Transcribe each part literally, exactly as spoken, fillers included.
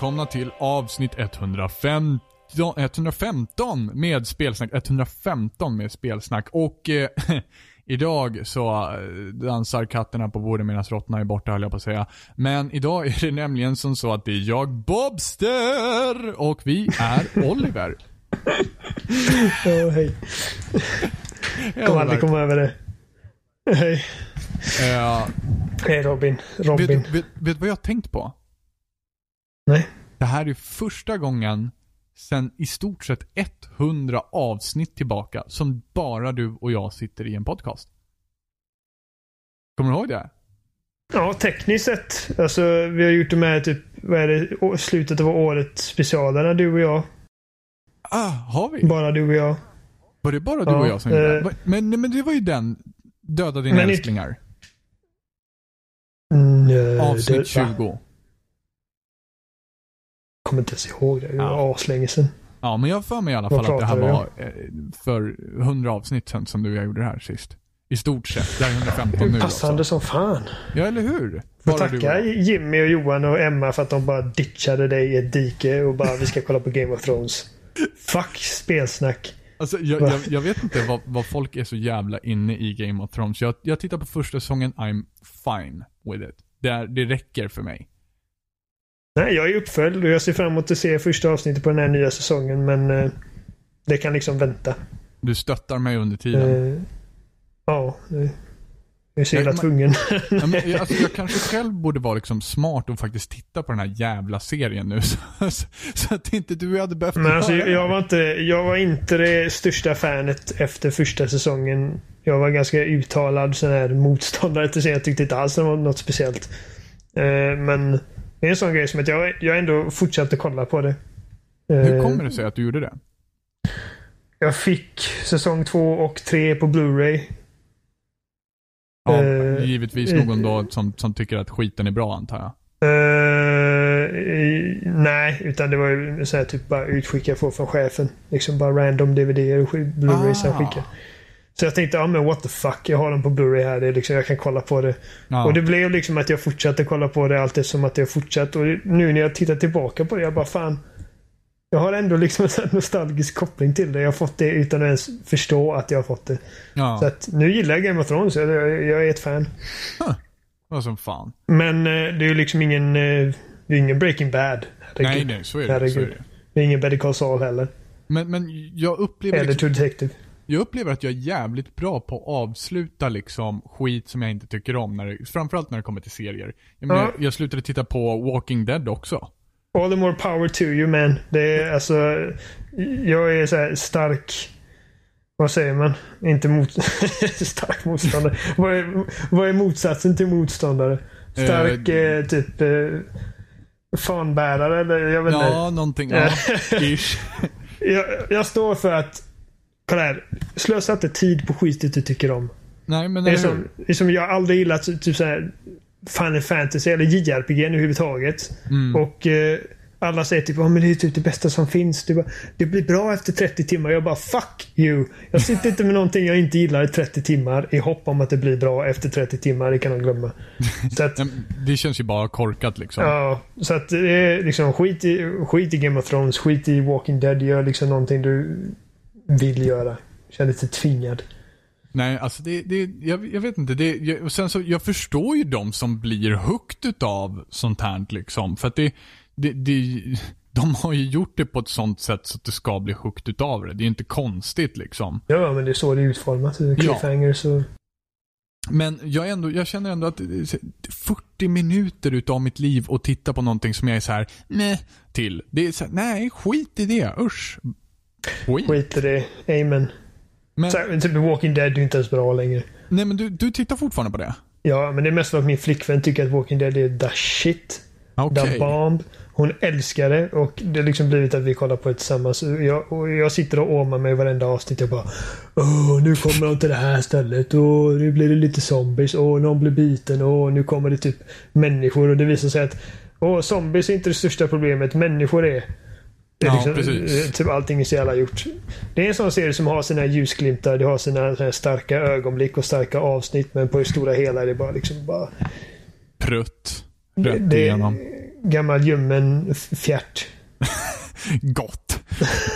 välkomna till avsnitt etthundrafemton, etthundrafemton med spelsnack, etthundrafemton med spelsnack. Och eh, idag så dansar katterna på bordet medan råttorna är borta, höll jag på att säga. Men idag är det nämligen som så att det är jag, Bobster, och vi är Oliver. Ja, hej. Kom aldrig komma över det. Hej. Uh, hej Robin. Robin. Vet, vet, vet vad jag har tänkt på? Nej. Det här är första gången sen i stort sett etthundra avsnitt tillbaka som bara du och jag sitter i en podcast. Kommer du ihåg det? Ja, tekniskt sett. Alltså, vi har gjort det med typ, vad är det, slutet av året specialerna, du och jag. Ah, har vi? Bara du och jag. Var det bara du ja, och jag som eh, gjorde det? Men, men det var ju den Döda dina men älsklingar. Mm, Avsnitt det, tjugo. Jag kommer inte ens ihåg det. Det var Ja. aslänge sedan. Ja, men jag för mig i alla Vad fall att det här pratar du var eh, för hundra avsnitt sedan som du och jag gjorde det här sist. I stort sett. Det är hundrafemton nu Passande också. som fan. Ja, eller hur? Får Bara du och tacka jag. Jimmy och Johan och Emma för att de bara ditchade dig i ett dike och bara vi ska kolla på Game of Thrones. Fuck spelsnack. Alltså, jag, jag, jag vet inte vad, vad folk är så jävla inne i Game of Thrones. Jag, jag tittar på första säsongen, I'm fine with it. Det, är, det räcker för mig. Nej, jag är uppföljd och jag ser fram emot att se första avsnittet på den här nya säsongen, men eh, det kan liksom vänta. Du stöttar mig under tiden. Eh, ja, det, jag är så Ja, jävla men- tvungen. Ja, men, jag- alltså, jag kanske själv borde vara liksom smart och faktiskt titta på den här jävla serien nu. Så, så, så att inte du hade behövt Men alltså, göra det. jag, var inte, jag var inte det största fanet efter första säsongen. Jag var ganska uttalad sån här motståndare till serien. Jag tyckte inte alls det var något speciellt. Eh, men det är en sån grej som att jag, jag ändå fortsatte kolla på det. Eh, Hur kommer det sig att du gjorde det? Jag fick säsong två och tre på Blu-ray. Ja, Eh, givetvis någon då som, som tycker att skiten är bra, antar jag. Uh, nej, utan det var ju så här typ bara utskickad få från chefen. Liksom bara random D V D och sk- Blu-rays han Ah. skickade. Så jag tänkte, ja men what the fuck, jag har dem på Blu-ray här, det är liksom, jag kan kolla på det. Ja. Och det blev liksom att jag fortsatte kolla på det allt som att jag fortsatt. Och nu när jag tittar tillbaka på det, jag bara fan, jag har ändå liksom en sån här nostalgisk koppling till det. Jag har fått det utan att ens förstå att jag har fått det. Ja, Så att nu gillar jag Game of Thrones, jag, jag är ett fan. vad som fan. Men eh, det är ju liksom ingen, eh, det är ingen Breaking Bad. Nej, Herregud. nej, så är det. Så är Herregud. det. Det är ingen Better Call Saul heller. Men, men jag upplever Eller liksom, True Detective. jag upplever att jag är jävligt bra på att avsluta liksom skit som jag inte tycker om, när det, framförallt när det kommer till serier. Jag, menar, Ja. jag, jag slutade titta på Walking Dead också. All the more power to you, man. Det är alltså... Jag är så här stark... Vad säger man? Inte mot... stark motståndare. vad, är, vad är motsatsen till motståndare? Stark Eh, eh, typ... Eh, fanbärare eller jag vet inte. Ja, någonting. Ja, ish. Jag, jag står för att... Kolla här. Slösa inte tid på skitet du tycker om. Nej, men Det är, eller hur? som, det är som jag har aldrig gillat typ så här Final Fantasy eller J R P G överhuvudtaget. Mm. Och eh, alla säger typ, oh, men det är typ det bästa som finns. Det, bara, det blir bra efter trettio timmar. Jag bara, fuck you. Jag sitter inte med någonting jag inte gillar i trettio timmar i hopp om att det blir bra efter trettio timmar. Det kan de glömma. Så att, Nej, men det känns ju bara korkat liksom. ja, så att det är liksom skit i, skit i Game of Thrones, skit i Walking Dead. Gör liksom någonting du vill göra. Känner dig tvingad. Nej, alltså det, det jag, jag vet inte, det, jag, och sen så, jag förstår ju de som blir hooked utav sånt här liksom, för att det, det, det, de har ju gjort det på ett sånt sätt så att det ska bli hooked utav det. Det är inte konstigt liksom. Ja, men det är så det är utformat. Cliffhangers och... Men jag, ändå, jag känner ändå att fyrtio minuter utav mitt liv att titta på någonting som jag är så här, nej, till. Det är så här, nej, skit i det, usch. Skit. Skit i det. Amen. Men, Så, typ Walking Dead är ju inte ens bra längre. nej, men du, du tittar fortfarande på det? Ja, men det är mest för att min flickvän tycker att Walking Dead är the shit. Okej. The bomb. Hon älskar det och det har liksom blivit att vi kollar på det tillsammans. Jag, och jag sitter och åmar mig varenda avsnitt. Jag bara, åh, nu kommer de till det här stället. Och nu blir det lite zombies. Och någon blir biten. Och nu kommer det typ människor. Och det visar sig att åh, zombies är inte det största problemet. Människor är. Det är Ja, liksom, precis. typ allting är så jävla gjort. Det är en sån serie som har sina ljusglimtar. Det har sina, sina starka ögonblick och starka avsnitt. Men på det stora hela är det bara liksom bara... Prutt. Det, Rätt det, igenom. gammal ljummen fjärt. Gott.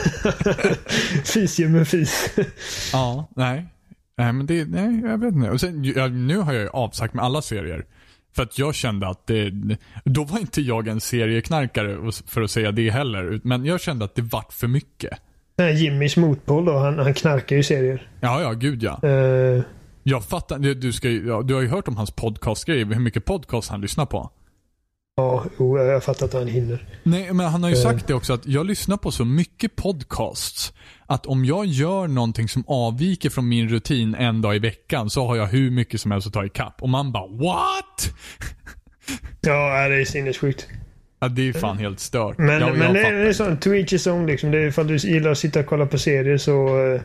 Fis ljummen fis. Ja, nej. Nej, men det, nej, jag vet inte. Och sen, jag, nu har jag ju avsagt med alla serier. För att jag kände att det, då var inte jag en serieknarkare för att säga det heller. Men jag kände att det vart för mycket. Jimmys motpol då, han, han knarkar ju serier. Ja, ja, gud ja. Uh, jag fattar, du, ska, ja, du har ju hört om hans podcastgrej, hur mycket podcast han lyssnar på. Ja, jo, jag fattar att han hinner. Nej, men han har ju uh. sagt det också, att jag lyssnar på så mycket podcasts att om jag gör någonting som avviker från min rutin en dag i veckan så har jag hur mycket som helst att ta i kapp. Och man bara, what? Ja, det är sinnessjukt. Ja, det är fan helt stört. Men, jag, men jag det, är, det är sånt, to each his own liksom. Det är, ifall du gillar att sitta och kolla på serier så uh,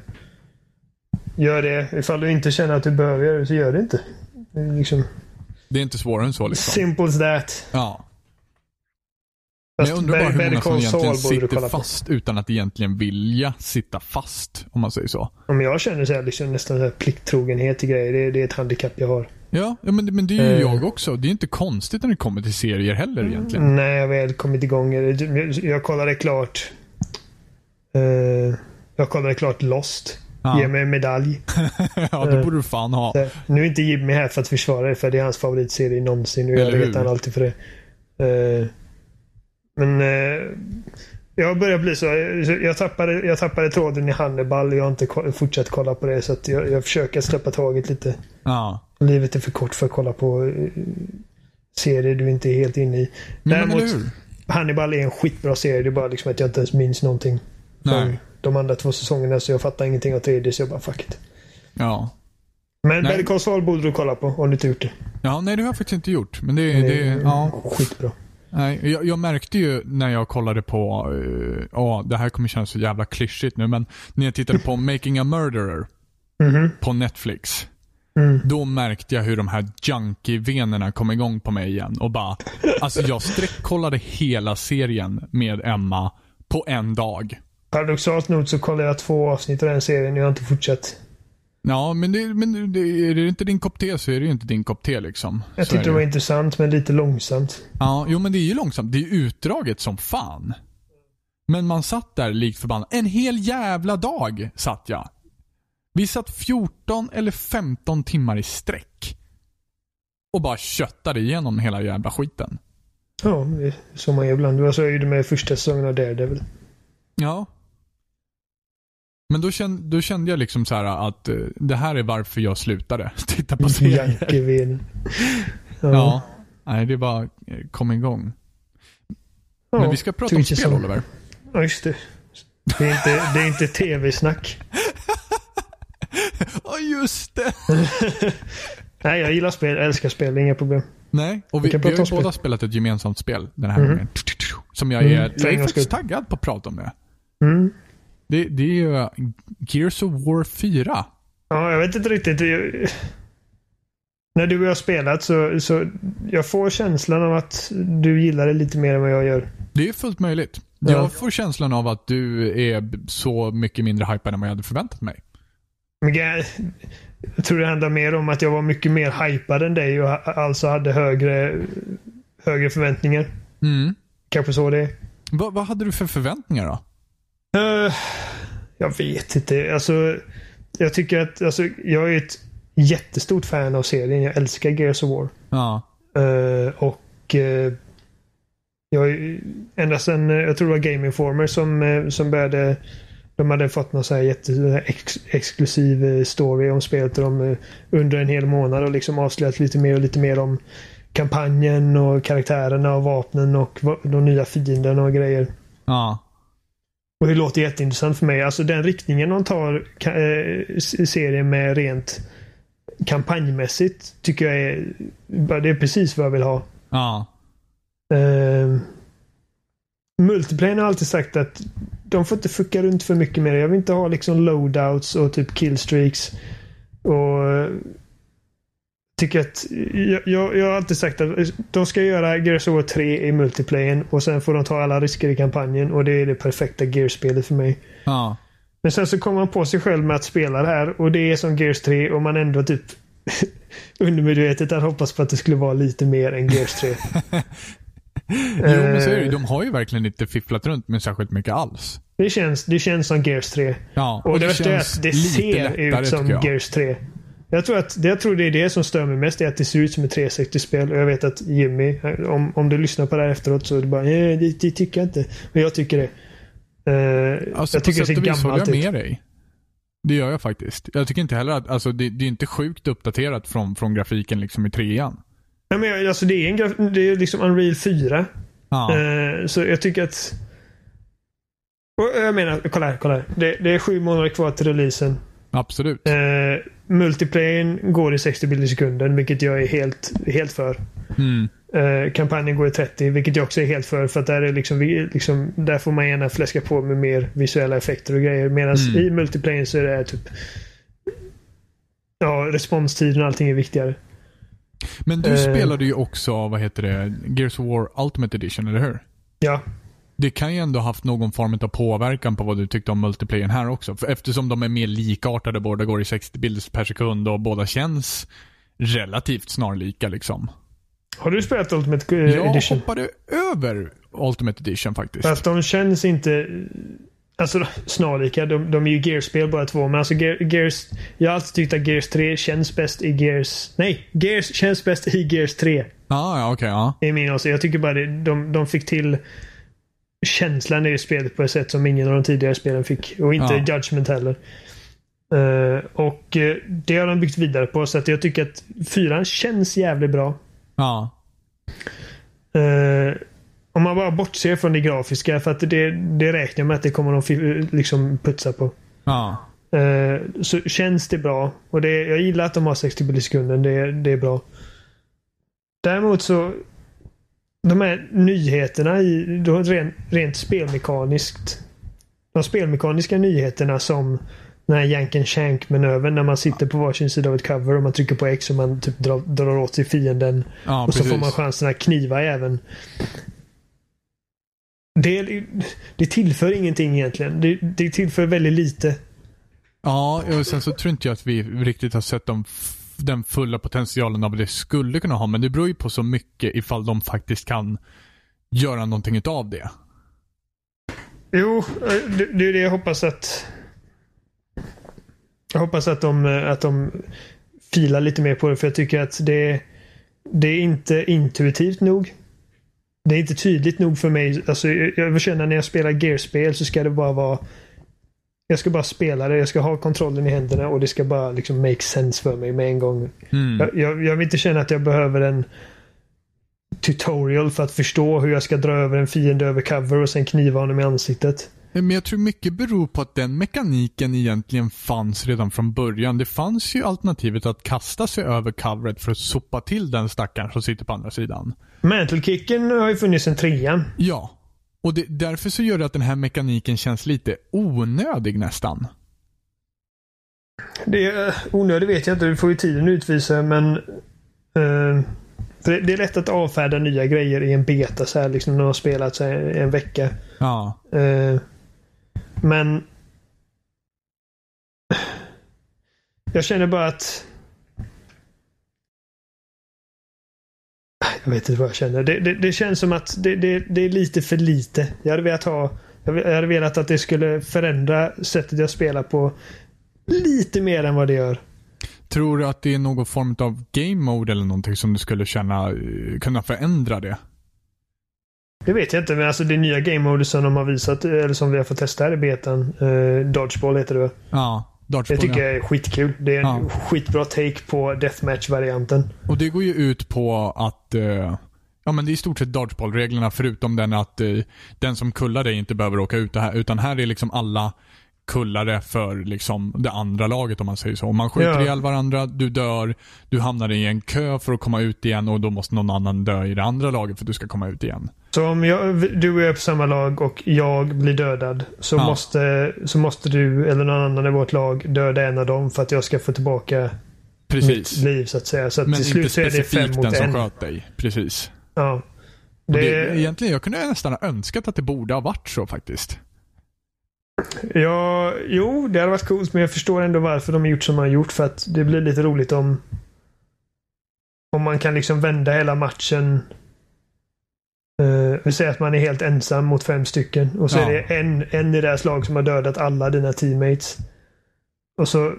gör det. Ifall du inte känner att du behöver göra det så gör det inte. Det är, liksom, det är inte svårare än så liksom. Simple as that. Ja. Men jag undrar bara hur många som egentligen sitter fast på. utan att egentligen vilja sitta fast, om man säger så. Om jag känner så här, liksom, nästan så här plikttrogenhet i grejer, det, det är ett handikapp jag har. Ja, ja men, men det är ju uh, jag också. Det är inte konstigt när det kommer till serier heller egentligen. Nej, jag har väl kommit igång. Jag, jag kollade klart uh, jag kollade klart Lost. Ja. Ge mig en medalj. Ja, det borde du fan ha. Så, nu är inte Jimmy här för att försvara det, för det är hans favoritserie någonsin. Och jag vet han alltid för det. Uh, men uh, jag börjar bli så. Jag tappade, jag tappade tråden i Hannibal. Jag har inte ko- fortsatt kolla på det, så att jag, jag försöker släppa taget lite. Ja. Livet är för kort för att kolla på uh, serier du inte är helt inne i. Men, Däremot, men hur? Hannibal är en skitbra serie. Det är bara liksom att jag inte ens minns någonting. Nej. De andra två säsongerna, så jag fattar ingenting av tredje, så jag bara fuck it. Ja. Men Better Call Saul borde du kolla på om du inte gjort det. Ja, nej det har jag faktiskt inte gjort. Men det, det, det är ja. skitbra. Nej, jag, jag märkte ju när jag kollade på ja, uh, det här kommer kännas så jävla klyschigt nu, men när jag tittade på Making a Murderer mm-hmm. på Netflix. Mm. Då märkte jag hur de här junkie-venerna kom igång på mig igen. Och bara, alltså jag sträckkollade hela serien med Emma på en dag. Paradoxalt nog så kollade jag två avsnitt av den serien och jag har inte fortsatt. Ja, men, det, men det, är det inte din kopp te så är det ju inte din kopp te liksom. Jag så tyckte det. det var intressant, men lite långsamt. Ja, jo men det är ju långsamt. Det är ju utdraget som fan. Men man satt där likt förbannad. En hel jävla dag satt jag. Vi satt fjorton eller femton timmar i sträck. Och bara köttade igenom hela jävla skiten. Ja, som man gör ibland. Du var så öjd med första säsongen av Daredevil. Ja. Men då kände, då kände jag liksom så här att uh, det här är varför jag slutade titta på serier. Ja. Ja. Nej, det är bara kom igång. Ja, men vi ska prata om spel, som... Oliver. Ja, just det. Det är inte, det är inte tv-snack. Ja, just det. Nej, jag gillar spel. Jag älskar spel. Inga problem. Nej, och vi, vi, vi har ju spel. båda spelat ett gemensamt spel den här mm. gången. Som jag är, mm, jag är faktiskt taggad på att prata om det. Mm. Det, det är ju Gears of War fyra. Ja, jag vet inte riktigt. Jag... När du och jag har spelat så, så jag får känslan av att du gillar det lite mer än vad jag gör. Det är fullt möjligt. Ja. Jag får känslan av att du är så mycket mindre hypad än vad jag hade förväntat mig. Men jag, jag tror det handlar mer om att jag var mycket mer hypad än dig och alltså hade högre, högre förväntningar. Mm. Kanske så det är. Va, vad hade du för förväntningar då? Uh, jag vet inte. Alltså, jag tycker att alltså, jag är ett jättestort fan av serien. Jag älskar Gears of War. Ja. Uh, och uh, jag ända sedan, jag tror det var Game Informer som, uh, som började, de hade fått någon så här jätte ex, exklusiv story om spelet och de, uh, under en hel månad och liksom avslöjat lite mer och lite mer om kampanjen och karaktärerna och vapnen och de nya fienderna och grejer. Ja. Och det låter jätteintressant för mig. Alltså den riktningen de tar eh, serien med rent kampanjmässigt tycker jag är det är precis vad jag vill ha. Ja. Eh, multiplayer har alltid sagt att de får inte fucka runt för mycket mer. Jag vill inte ha liksom loadouts och typ killstreaks och tycker att jag, jag, jag har alltid sagt att de ska göra Gears of War tre i multiplayen och sen får de ta alla risker i kampanjen och det är det perfekta Gears-spelet för mig. Ja. Men sen så kommer man på sig själv med att spela det här och det är som Gears tre och man ändå typ undermedvetet hade hoppats på att det skulle vara lite mer än Gears tre. Jo, men så är det, de har ju verkligen inte fifflat runt med särskilt mycket alls. Det känns, det känns som Gears tre. Ja, och, och det, det, det är att det ser lättare, ut som Gears tre. Jag tror, att, jag tror det är det som stör mig mest, är att det ser ut som ett trehundrasextio-spel. Och jag vet att Jimmy, om, om du lyssnar på det här efteråt, så är det bara, nej, det, det tycker jag inte. Men jag tycker det. Uh, alltså, jag tycker det ser gammalt ut. Med dig. Det gör jag faktiskt. Jag tycker inte heller att, alltså, det, det är inte sjukt uppdaterat från, från grafiken liksom i trean. Nej, men alltså det är, en graf, det är liksom Unreal fyra. Ja. Uh, så jag tycker att... Och jag menar, kolla här, kolla här. Det, det är sju månader kvar till releasen. Absolut. Uh, multiplayern går i sextio bilder i sekunden, vilket jag är helt, helt för. Mm. Uh, kampanjen går i trettio, vilket jag också är helt för. För att där, är liksom, liksom, där får man gärna fläska på med mer visuella effekter och grejer. Medan mm. i multiplayern så är det typ... Ja, responstiden och allting är viktigare. Men du uh, spelade ju också, vad heter det, Gears of War Ultimate Edition, eller hur? Ja. Det kan ju ändå haft någon form av påverkan på vad du tyckte om multiplayern här också. För eftersom de är mer likartade, båda går i sextio bilder per sekund och båda känns relativt snarlika liksom. Har du spelat Ultimate Edition? Jag hoppade över Ultimate Edition faktiskt. Fast de känns inte... Alltså snarlika. De, de är ju Gears-spel bara två. Men alltså Gears... Jag har alltid tyckt att Gears tre känns bäst i Gears... Nej! Gears känns bäst i Gears tre. Ah, ja, okej, okay, ja. I min åsikt. Jag tycker bara det, de, de fick till känslan i spelet på ett sätt som ingen av de tidigare spelen fick. Och inte ja. Judgment heller. Uh, och uh, det har de byggt vidare på. Så att jag tycker att fyran känns jävligt bra. Ja. Uh, om man bara bortser från det grafiska, för att det, det räknar med att det kommer de liksom putsa på. Ja. Uh, så känns det bra. Och det, jag gillar att de har sextio bilder i sekunden. Det, det är bra. Däremot så de här nyheterna i, då rent, rent spelmekaniskt, de spelmekaniska nyheterna, som den här Yank and Shank-manövern när man sitter på varsin sida av ett cover och man trycker på X och man typ drar, drar åt sig fienden. Ja, och så får man chansen att kniva även. Det, det tillför ingenting egentligen. Det, det tillför väldigt lite. Ja, och sen så tror inte jag att vi riktigt har sett dem den fulla potentialen av vad det skulle kunna ha, men det beror ju på så mycket ifall de faktiskt kan göra någonting utav det. Jo, det, det är det jag hoppas att jag hoppas att de, att de filar lite mer på det, för jag tycker att det, det är inte intuitivt nog. Det är inte tydligt nog för mig. Alltså, jag vill känna när jag spelar Gears-spel så ska det bara vara, jag ska bara spela det, jag ska ha kontrollen i händerna och det ska bara liksom make sense för mig med en gång. Mm. Jag, jag, jag vill inte känna att jag behöver en tutorial för att förstå hur jag ska dra över en fiende över cover och sen kniva honom i ansiktet. Men jag tror mycket beror på att den mekaniken egentligen fanns redan från början. Det fanns ju alternativet att kasta sig över coveret för att sopa till den stackaren som sitter på andra sidan. Mantle-kicken har ju funnits en trean. Ja. Och det, därför så gör det att den här mekaniken känns lite onödig nästan. Det är onödig vet jag inte, du får ju tiden utvisa, men uh, för det är lätt att avfärda nya grejer i en beta så här, liksom när man har spelat så här en vecka. Ja. Uh, men jag känner bara att jag vet inte vad jag känner. Det, det, det känns som att det, det, det är lite för lite. Jag hade velat ha, jag hade velat att det skulle förändra sättet jag spelar på lite mer än vad det gör. Tror du att det är någon form av game mode eller någonting som du skulle känna kunna förändra det? Det vet jag inte, men alltså det nya game mode som de har visat, eller som vi har fått testa här i betan, uh, Dodgeball heter det. Ja. Det tycker jag är skitkul. Det är en ja. skitbra take på deathmatch-varianten. Och det går ju ut på att uh, ja, men det är i stort sett dodgeball-reglerna, förutom den att uh, den som kullar dig inte behöver åka ut det här, utan här är liksom alla kullare för liksom det andra laget, om man säger så. Om man skjuter ja. ihjäl varandra, du dör, du hamnar i en kö för att komma ut igen, och då måste någon annan dö i det andra laget för att du ska komma ut igen. Så om jag, du och jag är på samma lag och jag blir dödad, så, ja. måste, så måste du eller någon annan i vårt lag döda en av dem för att jag ska få tillbaka Precis. mitt liv, så att säga. Så att men till slut så är det fem mot den som en. sköt dig. Precis. Ja. Det... Det, egentligen, jag kunde nästan ha önskat att det borde ha varit så faktiskt. Ja, jo, det hade varit coolt, men jag förstår ändå varför de har gjort som de har gjort, för att det blir lite roligt om om man kan liksom vända hela matchen Uh, vi säger att man är helt ensam mot fem stycken. Och så ja. är det en, en i deras lag som har dödat alla dina teammates. Och så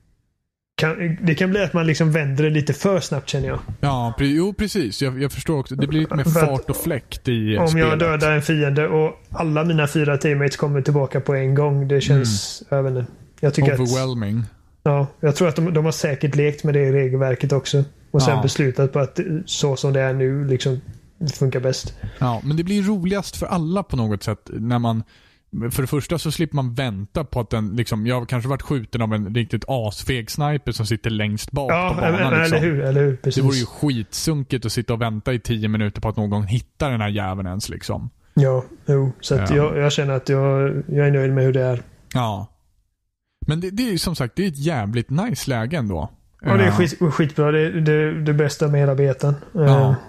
kan, det kan bli att man liksom vänder det lite för snabbt, känner jag. Ja, pre- jo precis. Jag, jag förstår också. Det blir lite mer fart och fläkt i om spelet. Jag dödar en fiende och alla mina fyra teammates kommer tillbaka på en gång. Det känns mm. även. Jag tycker overwhelming. Att, ja, jag tror att de, de har säkert lekt med det regelverket också. Och sen ja. beslutat på att så som det är nu liksom funkar bäst. Ja, men det blir roligast för alla på något sätt när man, för det första så slipper man vänta på att den liksom, jag har kanske varit skjuten av en riktigt asfeg sniper som sitter längst bak ja, på banan. eller, liksom. eller hur, eller hur, precis. Det vore ju skitsunkigt att sitta och vänta i tio minuter på att någon hittar den här jäveln ens liksom. Ja, jo, så att ja. jag, jag känner att jag, jag är nöjd med hur det är. Ja. Men det, det är ju som sagt, det är ett jävligt nice läge ändå. Ja, det är skit, skitbra. Det är det, det bästa med hela betan. Ja. Uh,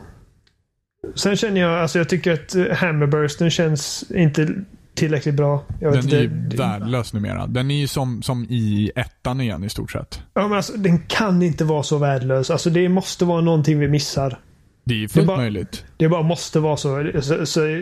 sen känner jag, alltså jag tycker att Hammerbursten känns inte tillräckligt bra. Jag vet den inte, är ju det, värdelös numera. Den är ju som, som i ettan igen i stort sett. Ja, men alltså den kan inte vara så värdelös. Alltså det måste vara någonting vi missar. Det är ju fullt det bara, möjligt. Det bara måste vara så. så, så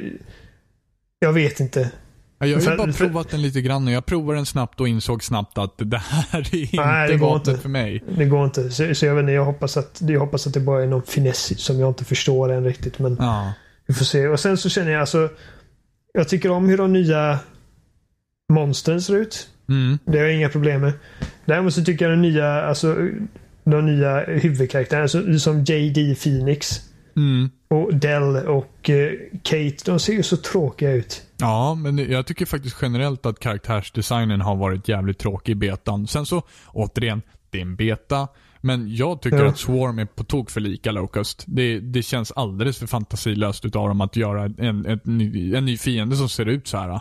jag vet inte. Jag har ju för, bara för, provat den lite grann och jag provade den snabbt och insåg snabbt att det här är inte nej, det går vapen inte. för mig. Det går inte. Så, så jag vet inte, jag hoppas att jag hoppas att det bara är någon finess som jag inte förstår än riktigt, men ja. vi får se. Och sen så känner jag alltså, jag tycker om hur de nya monstren ser ut. Mm. Det har jag inga problem med. Däremot så tycker jag de nya, alltså de nya huvudkaraktärerna alltså, som J D Phoenix mm. och Dell och uh, Kate, de ser ju så tråkiga ut. Ja, men jag tycker faktiskt generellt att karaktärsdesignen har varit jävligt tråkig i betan. Sen så, återigen, det är en beta. Men jag tycker ja. att Swarm är på tok för lika Locust. Det, det känns alldeles för fantasilöst utav dem att göra en, en, ny, en ny fiende som ser ut så här.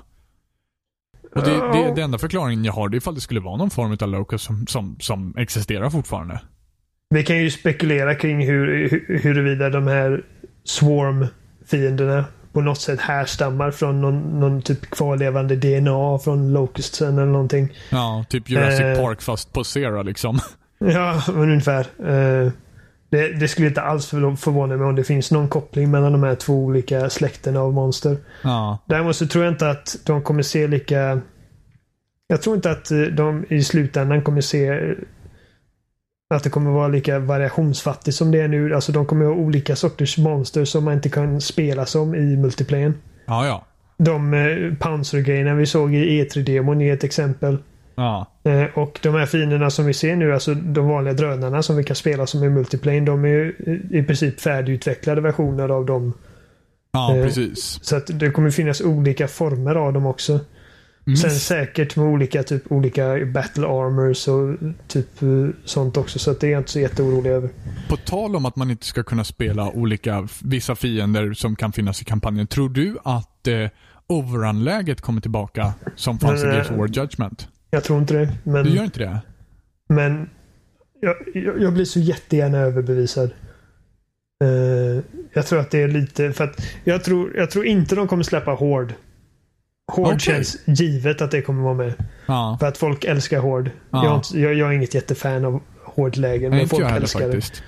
Och det, det är den enda förklaringen jag har. Det är ifall det skulle vara någon form av Locust som, som, som existerar fortfarande. Vi kan ju spekulera kring hur, hur, huruvida de här Swarm-fienderna på något sätt härstammar från någon, någon typ kvarlevande D N A från Locustsen eller någonting. Ja, typ Jurassic eh, Park fast på Zera liksom. Ja, men ungefär. Eh, det, det skulle inte alls förvåna mig om det finns någon koppling mellan de här två olika släkterna av monster. Ja. Däremot så tror jag inte att de kommer se lika... Jag tror inte att de i slutändan kommer se att det kommer vara lika variationsfattigt som det är nu. Alltså de kommer ha olika sorters monster som man inte kan spela som i multiplayen. Ja, ja. De eh, pansargrejerna vi såg i E tre-demon är ett exempel. Ja. Eh, och de här fienderna som vi ser nu, alltså de vanliga drönarna som vi kan spela som i multiplayen, de är ju i princip färdigutvecklade versioner av dem. Ja, eh, precis. Så att det kommer finnas olika former av dem också. Mm. Sen säkert med olika typ olika battle armors och typ sånt också, så att det är jag inte så jätteorolig över. På tal om att man inte ska kunna spela olika vissa fiender som kan finnas i kampanjen, tror du att eh, overrun-läget kommer tillbaka som fanns men, i Gears of War Judgment? Jag tror inte det. Men, du gör inte det? Men jag, jag, jag blir så jättegärna överbevisad. Uh, jag tror att det är lite för att jag tror, jag tror inte de kommer släppa Horde. Horde okay. Känns givet att det kommer vara med. Ja. För att folk älskar Horde. Ja. Jag, är jag, jag är inget jättefan av Horde-lägen, men folk älskar det.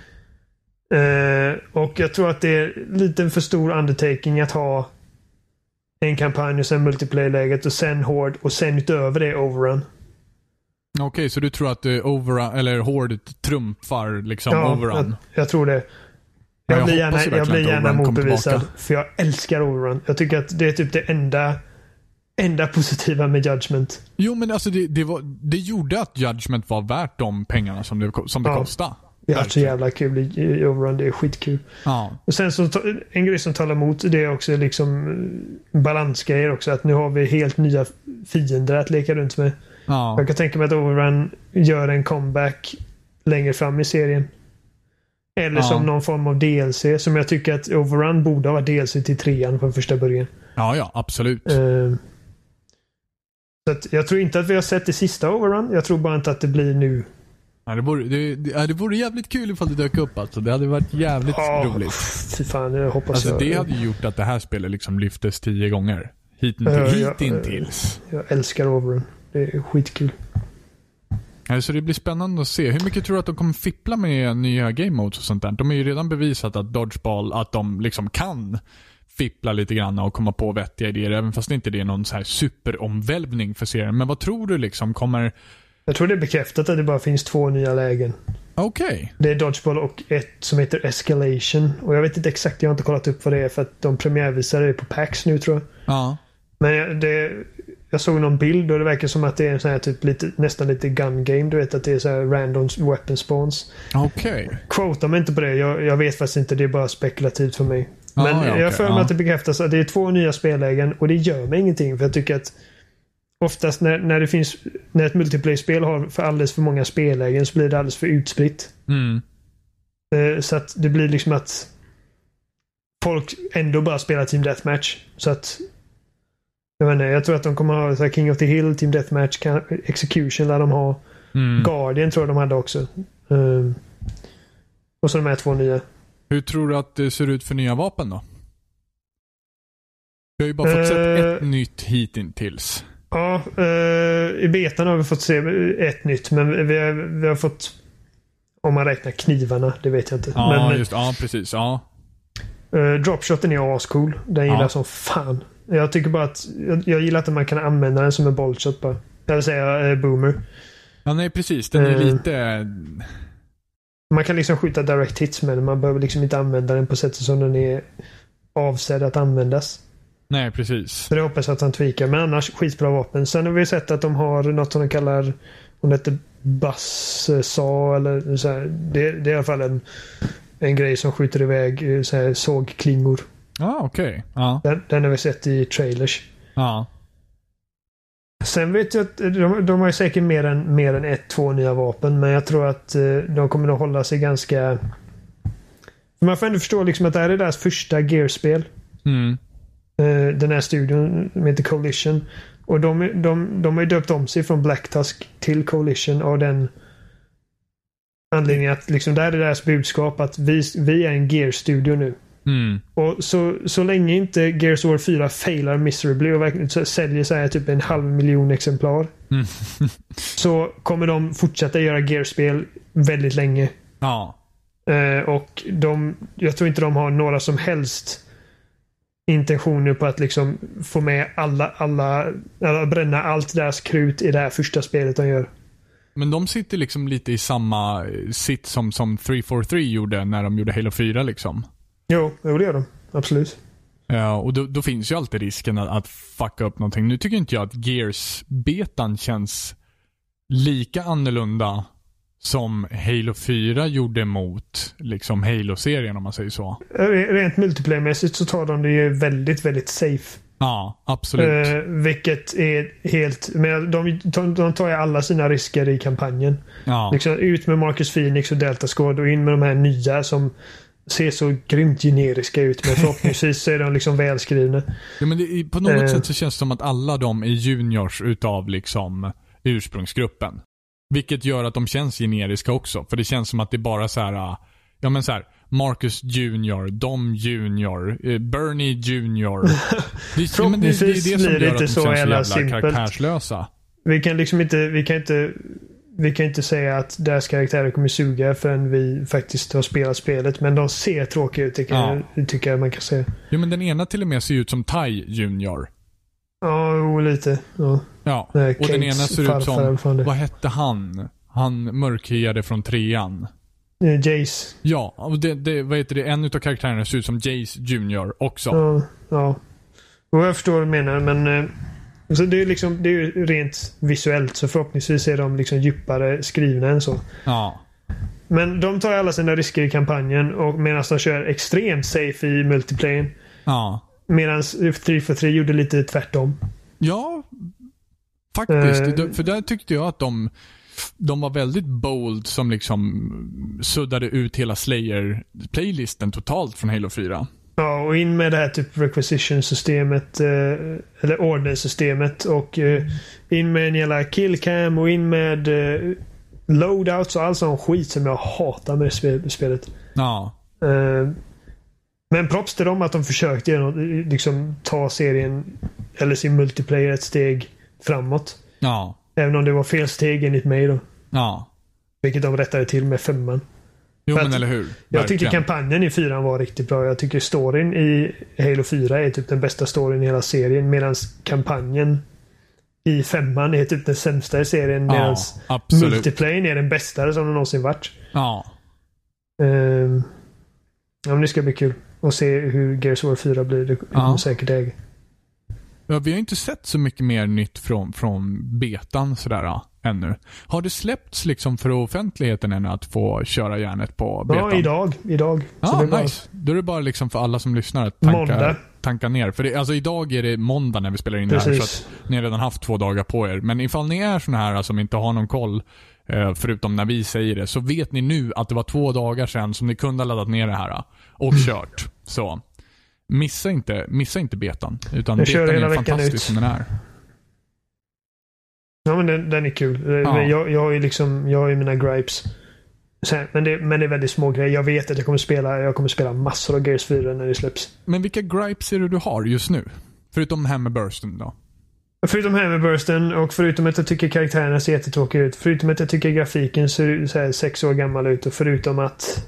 Uh, och jag tror att det är lite för stor undertaking att ha en kampanj och sen multiplayer-läget och sen Horde och sen utöver det Overrun. Okej, okay, så du tror att uh, Overrun eller Horde trumfar liksom ja, Overrun? Jag, jag tror det. Jag, jag blir gärna, jag blir gärna motbevisad för jag älskar Overrun. Jag tycker att det är typ det enda enda positiva med Judgment. Jo, men alltså det, det, var, det gjorde att Judgment var värt de pengarna som det, som det ja. kostade. Det är så jävla kul i, i Overrun. Det är skitkul. Ja. Och sen så en grej som talar emot det är också liksom balansgrejer också. Att nu har vi helt nya fiender att leka runt med. Ja. Jag kan tänka mig att Overrun gör en comeback längre fram i serien. Eller ja. som någon form av D L C. Som jag tycker att Overrun borde ha varit D L C till trean från första början. Ja, ja, absolut. Uh, så att jag tror inte att vi har sett det sista Overrun. Jag tror bara inte att det blir nu. Ja, det, vore, det, det, det vore jävligt kul ifall det dök upp alltså. Det hade varit jävligt oh, roligt. Fy fan, jag hoppas alltså, jag... det hade gjort att det här spelet liksom lyftes tio gånger. Hitintills. Uh, hit hitintils. Jag, jag älskar Overrun. Det är skitkul. Alltså det blir spännande att se. Hur mycket tror du att de kommer fippla med nya game modes och sånt där? De har ju redan bevisat att Dodgeball, att de liksom kan fippla lite grann och komma på vettiga idéer, även fast det inte är någon så här superomvälvning för serien. Men vad tror du liksom kommer... Jag tror det är bekräftat att det bara finns två nya lägen. Okej. Okay. Det är Dodgeball och ett som heter Escalation. Och jag vet inte exakt, jag har inte kollat upp vad det är för att de premiärvisar det på PAX nu tror jag. Ja. Men det, jag såg någon bild och det verkar som att det är en sån här typ lite, nästan lite gun game. Du vet att det är så här random weapon spawns. Okej. Okay. Quota mig inte på det. Jag, jag vet faktiskt inte. Det är bara spekulativt för mig. Ah, Men ja, okay. jag för mig ah. att det bekräftas att det är två nya spellägen och det gör mig ingenting. För jag tycker att oftast när, när det finns när ett multiplayer-spel har för alldeles för många spellägen så blir det alldeles för utspritt. Mm. Uh, så att det blir liksom att folk ändå bara spelar Team Deathmatch. Så att jag vet inte, jag tror att de kommer ha så här King of the Hill, Team Deathmatch, Execution där de har. Mm. Guardian tror jag de hade också. Uh, och så de här två nya. Hur tror du att det ser ut för nya vapen då? Vi har ju bara fått uh, sett ett nytt hittills. Ja, uh, i betan har vi fått se ett nytt. Men vi har, vi har fått, om man räknar knivarna, det vet jag inte. Ja, men, just ja, precis. Ja. Uh, dropshoten är ascool. Den gillar ja. som fan. Jag tycker bara att jag, jag gillar att man kan använda den som en boltshot bara. Jag vill säga uh, boomer. Ja, nej precis. Den är uh, lite... Man kan liksom skjuta direct hits med den. Man behöver liksom inte använda den på sättet som den är avsedd att användas. Nej, precis. Så det hoppas jag att han tweakar. Men annars skitbra vapen. Sen har vi sett att de har något som de kallar, om det heter Buzzsaw eller så här. Det, det är i alla fall en, en grej som skjuter iväg så här sågklingor. Ja, ah, okej. Okay. Ja. Den, den har vi sett i trailers. Ja. Sen vet jag att de, de har ju säkert mer än, mer än ett, två nya vapen. Men jag tror att eh, de kommer att hålla sig ganska... Man får ändå förstå liksom att det här är deras första Gear-spel. Mm. Eh, den här studion som heter Coalition. Och de, de, de har ju döpt om sig från Black Tusk till Coalition av den anledningen att liksom, det här är deras budskap att vi, vi är en Gear-studio nu. Mm. Och så, så länge inte Gears of War fyra failar miserably och verkligen så säljer så här typ en halv miljon exemplar mm. så kommer de fortsätta göra Gears-spel väldigt länge. Ja. Uh, och de, jag tror inte de har några som helst intentioner på att liksom få med alla, alla, alla bränna allt deras krut i det här första spelet de gör. Men de sitter liksom lite i samma sitt som, som tre fyra tre gjorde när de gjorde Halo fyra liksom. Jo, det gör de. Absolut. Ja, och då, då finns ju alltid risken att, att fucka upp någonting. Nu tycker inte jag att Gears-betan känns lika annorlunda som Halo fyra gjorde mot liksom Halo-serien om man säger så. Rent multiplayer-mässigt så tar de det ju väldigt, väldigt safe. Ja, absolut. Uh, vilket är helt... Men de, de, de tar ju alla sina risker i kampanjen. Ja. Liksom ut med Marcus Phoenix och Delta Squad och in med de här nya som ser så grymt generiska ut. Men förhoppningsvis så är de liksom välskrivna. Ja, men det, på något uh, sätt så känns det som att alla de är juniors utav liksom ursprungsgruppen. Vilket gör att de känns generiska också. För det känns som att det är bara så här... Ja men så här... Marcus Junior, Dom Junior, Bernie Junior. Det, ja, men det, det är det som gör att de känns så jävla simpelt. Karaktärslösa. Vi kan liksom inte... Vi kan inte... Vi kan inte säga att deras karaktärer kommer suga förrän vi faktiskt har spelat spelet. Men de ser tråkiga ut, tycker, ja. jag, tycker jag man kan säga. Jo, men den ena till och med ser ut som Ty Junior. Ja, lite. Ja, ja. och Kates den ena ser ut som... Vad hette han? Han mörkhyade från trean. Jace. Ja, och det, det, vad heter det? En utav karaktärerna ser ut som Jace Junior också. Ja, ja. Och jag förstår vad du menar, men... Så det är liksom, det är ju rent visuellt, så förhoppningsvis är de liksom djupare skrivna än så. Ja. Men de tar alla sina risker i kampanjen och medan de kör extremt safe i multiplayer. Ja. Medan tre för tre gjorde lite tvärtom. Ja, faktiskt. Uh, för där tyckte jag att de de var väldigt bold som liksom suddade ut hela Slayer-playlisten totalt från Halo fyra. Ja, och in med det här typ requisition-systemet eller order-systemet och in med en jävla killcam och in med loadouts och all sån skit som jag hatar med det spelet. Ja. Men props till dem att de försökte liksom ta serien eller sin multiplayer ett steg framåt. Ja. Även om det var fel steg enligt mig då. Ja. Vilket de rättade till med femman. Jo, För men att eller hur? Jag Verkligen. tyckte kampanjen i fyran var riktigt bra. Jag tycker storyn i Halo fyra är typ den bästa storyn i hela serien. Medan kampanjen i femman är typ den sämsta i serien. Ja, Medan absolut. multiplayen är den bästa som den någonsin varit. Ja. Um, ja, men det ska bli kul att se hur Gears of War fyra blir. Det kommer Ja. säkert äga. Ja, vi har inte sett så mycket mer nytt från, från betan sådär ja, ännu. Har det släppts liksom för offentligheten ännu att få köra järnet på betan? Ja, idag. idag. Ja, Så det är bara nice. Då är det bara liksom för alla som lyssnar att tanka, Måndag. tanka ner. För det, alltså idag är det måndag när vi spelar in det här, Precis. så att ni har redan haft två dagar på er. Men ifall ni är såna här som inte har någon koll, eh, förutom när vi säger det, så vet ni nu att det var två dagar sedan som ni kunde ha laddat ner det här och kört. Så missa inte, missa inte betan. Utan Jag kör betan hela är veckan fantastisk ut. som den är. Ja, men den, den är kul. Ja. Men Jag, jag har ju liksom, jag har ju mina gripes. Så här, men, det, men det är väldigt små grejer. Jag vet att jag kommer spela, jag kommer spela massor av Gears fyra när det släpps. Men vilka gripes är det du har just nu? Förutom Hammerbursten då? Förutom Hammerbursten och förutom att jag tycker karaktärerna ser jättetråkiga ut. Förutom att jag tycker grafiken ser så här sex år gammal ut. Och förutom att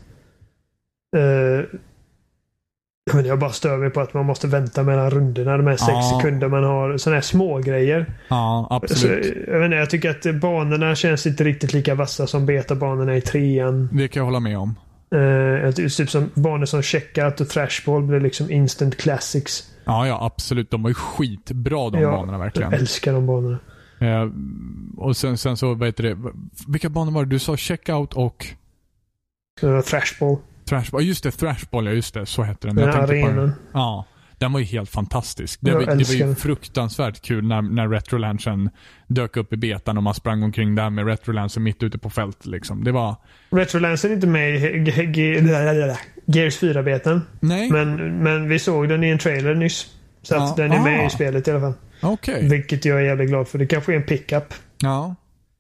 eh, jag, menar, jag bara stör mig på att man måste vänta mellan rundorna. De här sex Ja. sekunder man har. Sådana här små grejer. Ja, Så, absolut. jag, vet inte, jag tycker att banorna känns inte riktigt lika vassa som betabanorna i trean. Det kan jag hålla med om. Uh, typ som banor som Checkout och Thrashball blir liksom instant classics. Ja, ja, absolut. De var ju skitbra de Ja, banorna verkligen. Jag älskar de banorna. Eh, och sen, sen så, vad heter det? Vilka banor var det? Du sa Checkout och Uh, Thrashball. Thrashball. Just det, Thrashball, ja just det. Så hette den. Den Jag här tänkte på arenan. den. Ja, den var ju helt fantastisk. Det, Jag var, det var älskar ju den. fruktansvärt kul när, när Retrolanchen dök upp i betan och man sprang omkring där med Retrolanchen mitt ute på fält liksom. Det var... Retrolance är inte med i Ge- Ge- Ge- Gears fyra-beten. Nej, Men, men vi såg den i en trailer nyss. Så att Ja. den är med Ah. i spelet i alla fall. okej. Vilket jag är jävligt glad för. Det kanske är en pickup. Ja.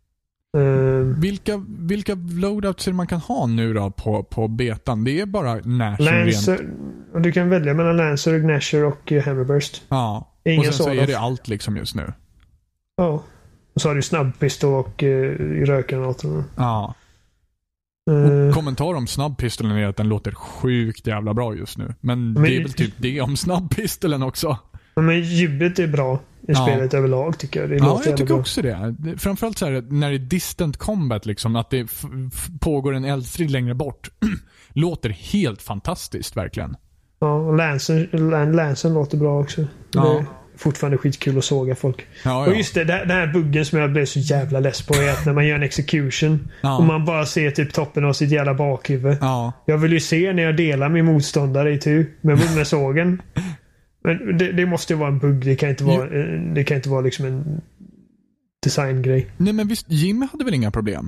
Uh, Vilka, vilka loadouts är det man kan ha nu då på, på betan? Det är bara Nash rent. Lancer. Och du kan välja mellan Lancer, Gnasher och uh, Hammerburst. Ja. Ingen och sen så sådan. är det allt liksom just nu. Ja. Och så har du snabbpistol och uh, rökgranaterna. Ja. Uh, Och kommentar om snabbpistolen är att den låter sjukt jävla bra just nu. Men, Men- det är väl typ det om snabbpistolen också. men ljudet är bra i Ja. spelet överlag tycker jag. Det Ja, låter jag jävla tycker bra. också det. Det- Framförallt så här när det är distant combat liksom, att det f- f- pågår en eldstrid längre bort. Låter helt fantastiskt verkligen. Ja, och Lancen, Lan- Lancen låter bra också. Ja. Det är fortfarande skitkul att såga folk. Ja, Och ja. just det, den här buggen som jag blev så jävla less på är att när man gör en execution Ja. och man bara ser typ toppen av sitt jävla bakhuvud. Ja. Jag vill ju se när jag delar min motståndare i tur med, med sågen. Men det, det måste ju vara en bugg. Det kan inte vara, eh, det kan inte vara liksom en designgrej. Nej men visst, Jim hade väl inga problem?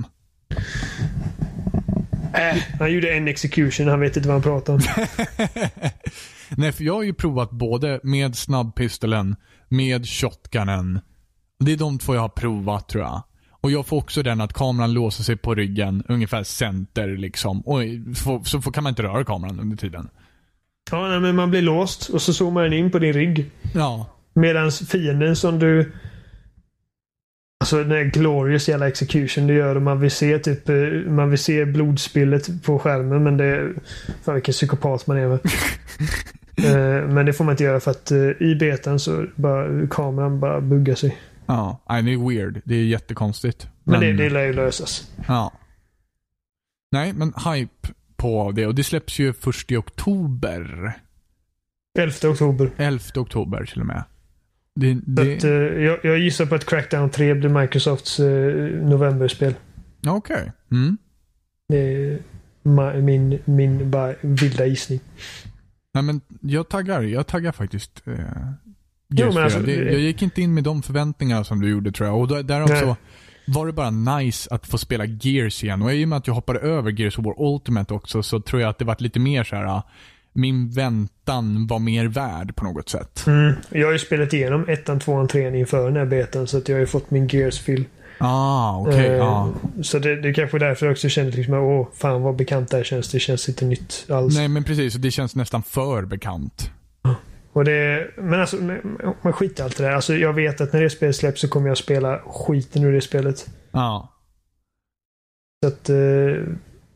Äh, han gjorde en execution. Han vet inte vad han pratar om. Nej, för jag har ju provat både med snabbpistolen, med shotgunen. Det är de två jag har provat tror jag. Och jag får också den att kameran låser sig på ryggen, ungefär center liksom. Och så, så får- kan man inte röra kameran under tiden. Ja, nej, men man blir låst och så zoomar den in på din rygg. Ja. Medan fienden som du... Alltså den här glorious jävla execution du gör och man vill se typ... eh, Man vill se blodspillet på skärmen men det... Fan vilken psykopat man är va? Eh, Men det får man inte göra för att eh, i betan så bara kameran bara buggar sig. Ja, nej, det är weird. Det är jättekonstigt. Men, det, det lär ju lösas. Ja. Nej, men hype på det. Och det släpps ju först i oktober. elfte oktober. elfte oktober till och med. Det, Så det... att, eh, jag, jag gissar på att Crackdown tre blir Microsofts eh, novemberspel. Okej. Okay. Mm. Det är ma- min, min bara vilda gissning. Nej, men jag taggar. Jag taggar faktiskt. Eh, Jo, Gears men alltså, fyra. det, det- jag gick inte in med de förväntningar som du gjorde tror jag. Och där, därav Nej. så var det bara nice att få spela Gears igen. Och i och med att jag hoppade över Gears of War Ultimate också så tror jag att det var lite mer så här. Min väntan var mer värd på något sätt. Mm. Jag har ju spelat igenom ettan, tvåan, trean inför den här betan så att jag har ju fått min Gears-fil. Ah, okej. Okay, Eh, ah. Så det, det är kanske därför jag också kände liksom, åh fan vad bekant det här känns. Det känns inte nytt alls. Nej, men precis. Det känns nästan för bekant. Och det, men alltså, man skiter allt det där. Alltså, jag vet att när det spelet släpps så kommer jag spela skiten ur det spelet. Ja. Så att... Eh,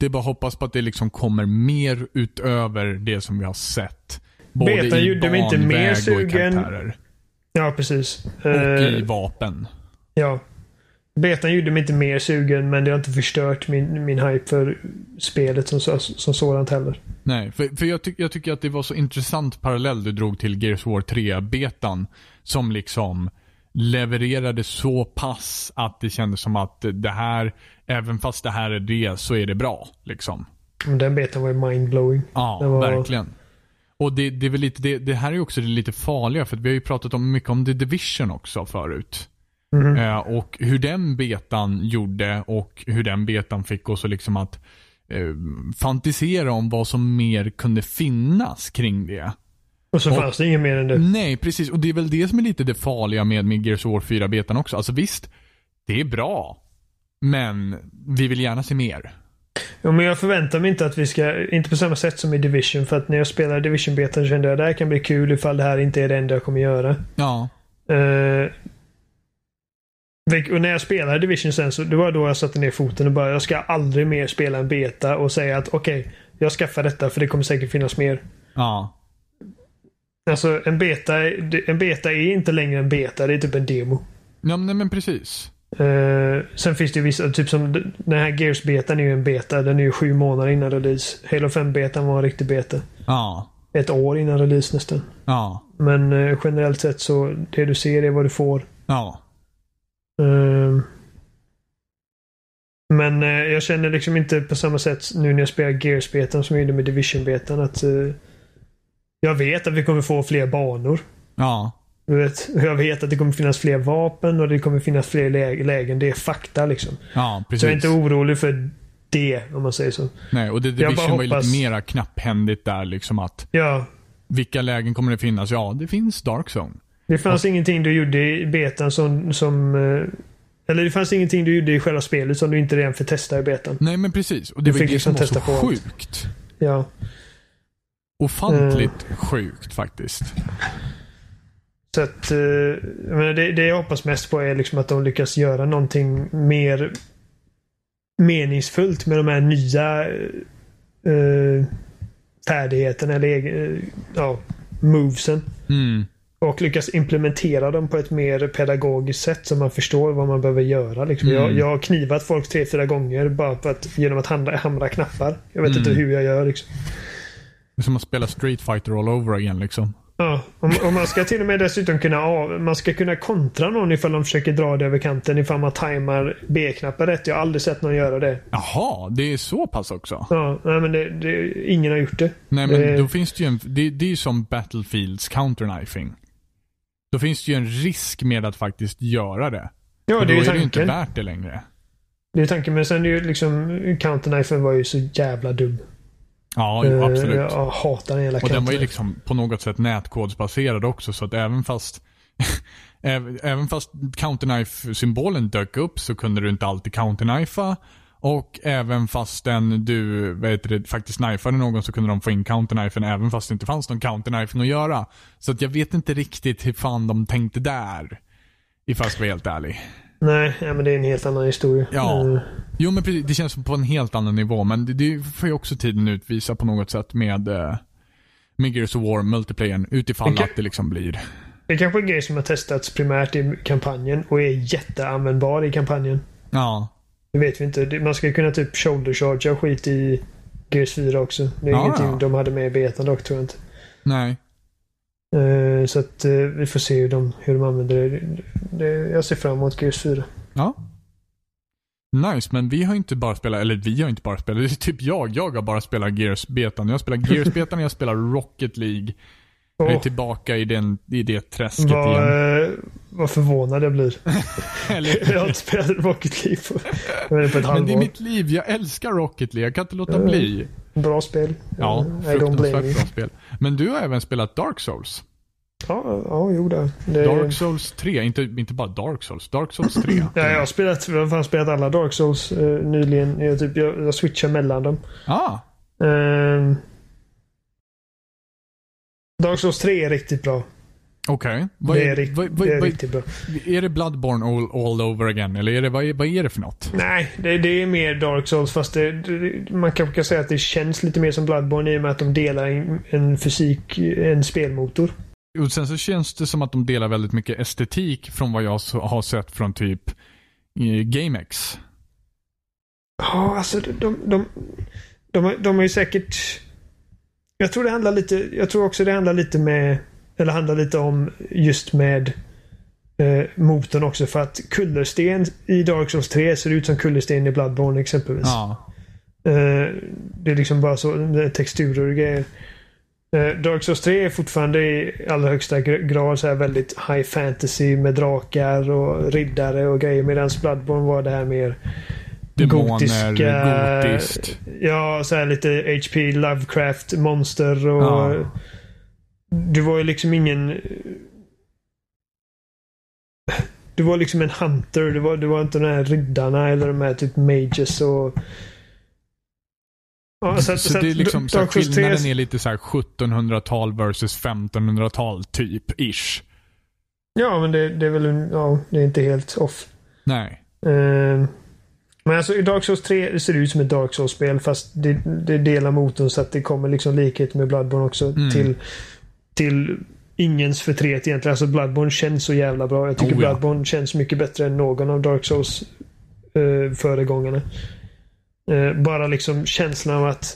Det är bara hoppas på att det liksom kommer mer utöver det som vi har sett. Både Betan i gjorde mig inte mer banväg och i sugen. karaktärer. Ja, precis. Och Eh, i vapen. Ja. Betan gjorde mig inte mer sugen, men det har inte förstört min, min hype för spelet som, som sådant heller. Nej, för, för jag, ty- jag tycker att det var så intressant parallell du drog till Gears of War tre-betan som liksom levererade så pass att det kändes som att det här, även fast det här är det, så är det bra liksom. Den betan var ju mindblowing. Ja, det var... verkligen. Och det, det är väl lite det, det här är också det lite farliga, för att vi har ju pratat om mycket om The Division också förut. Mm. Eh, och hur den betan gjorde och hur den betan fick oss att liksom att eh, fantisera om vad som mer kunde finnas kring det. Och så och, fanns det inget mer än det. Nej, precis. Och det är väl det som är lite det farliga med, med Gears of War fyra-betan också. Alltså visst, det är bra. Men vi vill gärna se mer. Ja, men jag förväntar mig inte att vi ska, inte på samma sätt som i Division, för att när jag spelar Division-betan kände jag att det här kan bli kul ifall det här inte är det enda jag kommer göra. Ja. Uh, och när jag spelade Division sen, så det var då jag satte ner foten och bara, jag ska aldrig mer spela en beta och säga att okej, okay, jag skaffar detta för det kommer säkert finnas mer. Ja. Alltså en beta, en beta är inte längre en beta, det är typ en demo. Ja, men, men precis. Uh, sen finns det ju vissa, typ som den här Gears-betan är ju en beta, den är ju sju månader innan release. Halo fem-betan var en riktig beta. Ja. Ett år innan release nästan. Ja. Men uh, generellt sett så, det du ser är vad du får. Ja. Uh, men uh, jag känner liksom inte på samma sätt nu när jag spelar Gears-betan som jag gjorde med Division-betan att uh, jag vet att vi kommer få fler banor. Ja. Du vet, jag vet att det kommer finnas fler vapen och det kommer finnas fler lä- lägen. Det är fakta liksom. Ja, precis. Så jag är inte orolig för det, om man säger så. Nej, och det Jag Division bara var ju hoppas- lite mera knapphändigt där liksom att Ja, vilka lägen kommer det finnas? Ja, det finns Dark Zone. det fanns ingenting du gjorde i betan som, som eh, eller det fanns ingenting du gjorde i själva spelet som du inte redan får testa i betan. Nej, men precis. Och det Du var fick det som liksom var testa så på allt. sjukt. Ja. Ofantligt sjukt faktiskt. Så att eh, jag menar, det, det jag hoppas mest på är liksom att de lyckas göra någonting mer meningsfullt med de här nya eh, färdigheterna eller egen- eh, ja, movesen. Mm. Och lyckas implementera dem på ett mer pedagogiskt sätt så man förstår vad man behöver göra. Liksom. Mm. Jag, jag har knivat folk tre, fyra gånger bara för att, genom att hamra, hamra knappar. Jag vet Mm. inte hur jag gör. Liksom. Det är som att spela Street Fighter all over again liksom. Ja, och, och man ska till och med dessutom kunna av, man ska kunna kontra någon ifall de försöker dra det över kanten ifall man tajmar B-knappen rätt. Jag har aldrig sett någon göra det. Jaha, det är så pass också. Ja, nej, men det, det, ingen har gjort det. Nej, men det, då finns det ju en, det, det är ju som Battlefields counterknifing. Då finns det ju en risk med att faktiskt göra det. Ja, Och det då är ju är det ju inte tanken. värt det längre. Det är tanken, men sen är ju liksom counterknifen var ju så jävla dum. Ja, jo, absolut. Uh, jag hatar den jävla Och den var ju counterknife. liksom på något sätt nätkodsbaserad också, så att även fast även även fast counterknife-symbolen dök upp så kunde du inte alltid counterknifa, och även fastän du vet det, faktiskt knifade någon så kunde de få in counterknifen även fast det inte fanns någon counterknife att göra. Så att jag vet inte riktigt hur fan de tänkte där, ifall jag ska vara helt ärlig. Nej, ja, men det är en helt annan historia. Ja. Uh, Jo, men precis, det känns som på en helt annan nivå, men det, det får ju också tiden utvisa på något sätt med uh, med Gears of War multiplayern, utifall Okej. att det liksom blir. det är kanske en grej som har testats primärt i kampanjen och är jätteanvändbar i kampanjen. Ja. Det vet vi inte. Det- Man ska kunna typ shoulder charge och skit i Gears fyra också. Det är Ja, ingenting ja. de hade med i betan dock, tror jag inte. Nej. Uh, så att uh, vi får se hur de, hur de använder det. det. Jag ser fram emot Gears fyra. Ja. Nice, men vi har inte bara spelat, eller vi har inte bara spelat, det är typ jag, jag har bara spelat Gears-betan. Jag spelar Gears-betan och jag spelar Rocket League. Jag är Åh, tillbaka i, den, i det träsket vad, igen. uh, vad förvånad jag blir. Eller, jag har inte spelat Rocket League på, jag vet, på ett men det är halvår. mitt liv, jag älskar Rocket League, jag kan inte låta bli. Bra spel. Ja, Uh, I don't blame fruktansvärt you. bra spel. Men du har även spelat Dark Souls. Ja, ja, jo det. det Dark Souls tre, inte, inte bara Dark Souls, Dark Souls tre. Ja, jag har spelat, jag har fan spelat alla Dark Souls eh, nyligen. Jag, typ, jag, jag switchar mellan dem. Ah, Ehm, Dark Souls tre är riktigt bra. Okej. Okay. Det är, rikt, vad, vad, det är vad, riktigt bra. Är det Bloodborne all, all over again? Eller är det, vad, är, vad är det för något? Nej, det, det är mer Dark Souls. Fast det, det, man kanske kan säga att det känns lite mer som Bloodborne i och med att de delar en, en fysik, en spelmotor. Och sen så känns det som att de delar väldigt mycket estetik från vad jag så, har sett från typ eh, GameX. Ja, alltså de, de, de, de, de är ju säkert... Jag tror det handlar lite... Jag tror också det handlar lite med... Eller handlar lite om just med eh, motorn också. För att kullersten i Dark Souls tre ser ut som kullersten i Bloodborne exempelvis. Ja. Eh, det är liksom bara så texturer och grejer. Eh, Dark Souls tre är fortfarande i allra högsta grad så här väldigt high fantasy med drakar och riddare och grejer. Medan Bloodborne var det här mer demoner, gotiska, gotiskt. Ja, så här lite H P Lovecraft monster och ja. Du var ju liksom ingen... Du var liksom en hunter. Du var, du var inte de här riddarna eller de här typ mages och... Ja, så, så, så det är liksom så här, skillnaden tre... är lite så här sjuttonhundratal versus femtonhundratal typ ish. Ja, men det, det är väl ja, det är inte helt off. Nej. Uh, men alltså i Dark Souls tre ser det ut som ett Dark Souls-spel fast det, det delar motorn så att det kommer liksom likhet med Bloodborne också mm. till till ingens förtret egentligen. Alltså Bloodborne känns så jävla bra. Jag tycker oh, ja. Bloodborne känns mycket bättre än någon av Dark Souls uh, föregångarna. Uh, bara liksom känslan av att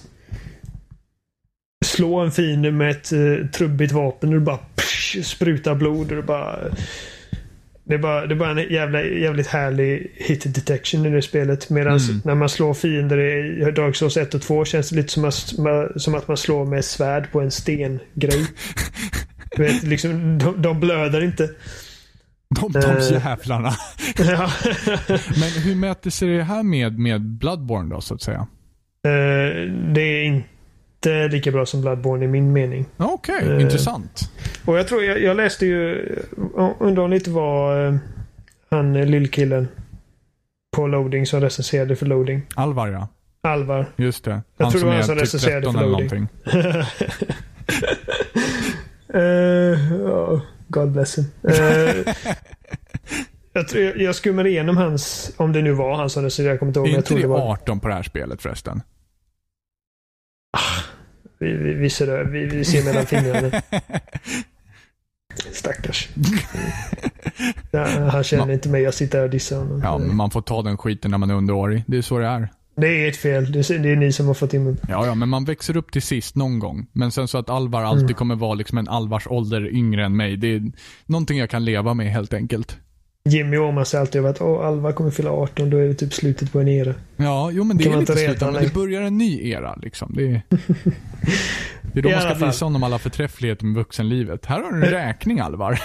slå en fiende med ett uh, trubbigt vapen och du bara psh, sprutar blod och du bara det är bara, det är bara en jävla, jävligt härlig hit detection i det spelet. Medan mm. när man slår fiender i Dark Souls ett och två känns det lite som att, som att man slår med svärd på en stengrej. Du vet, liksom, de, de blöder inte. De, de uh, jävlarna. Ja. Men hur mäter sig det här med, med Bloodborne då, så att säga? Uh, det är inte lika bra som Bloodborne i min mening. Okej, okay, uh, intressant. Och jag tror, jag, jag läste ju undrar om lite vad uh, han lillkillen på Loading som recenserade för Loading. Alvar, ja. Alvar. Just det. Han jag tror som det var han som som recenserade för Loading. uh, oh, God bless him. Uh, jag, tror, jag, jag skummade igenom hans, om det nu var han som recenserade, jag kommer inte ihåg. Är inte det, det var arton på det här spelet förresten? Ah, vi, vi, vi, ser, vi, vi ser mellan fingrarna. Stackars. Ja, han känner man, inte mig, jag sitter och dissar honom. Ja, men man får ta den skiten när man är underårig. Det är så det är. Det är ett fel. Det är, det är ni som har fått in mig. Ja, ja, men man växer upp till sist någon gång. Men sen så att Alvar alltid mm. kommer vara liksom en Alvars ålder yngre än mig. Det är någonting jag kan leva med helt enkelt. Jimmy Åhman säger alltid över att Åh, Alvar kommer fylla arton, då är det typ slutet på en era. Ja, jo men det kan är lite slutet. Men det börjar en ny era liksom. Det är, det är då man ska visa honom alla förträffligheter med vuxenlivet. Här har du en räkning, Alvar.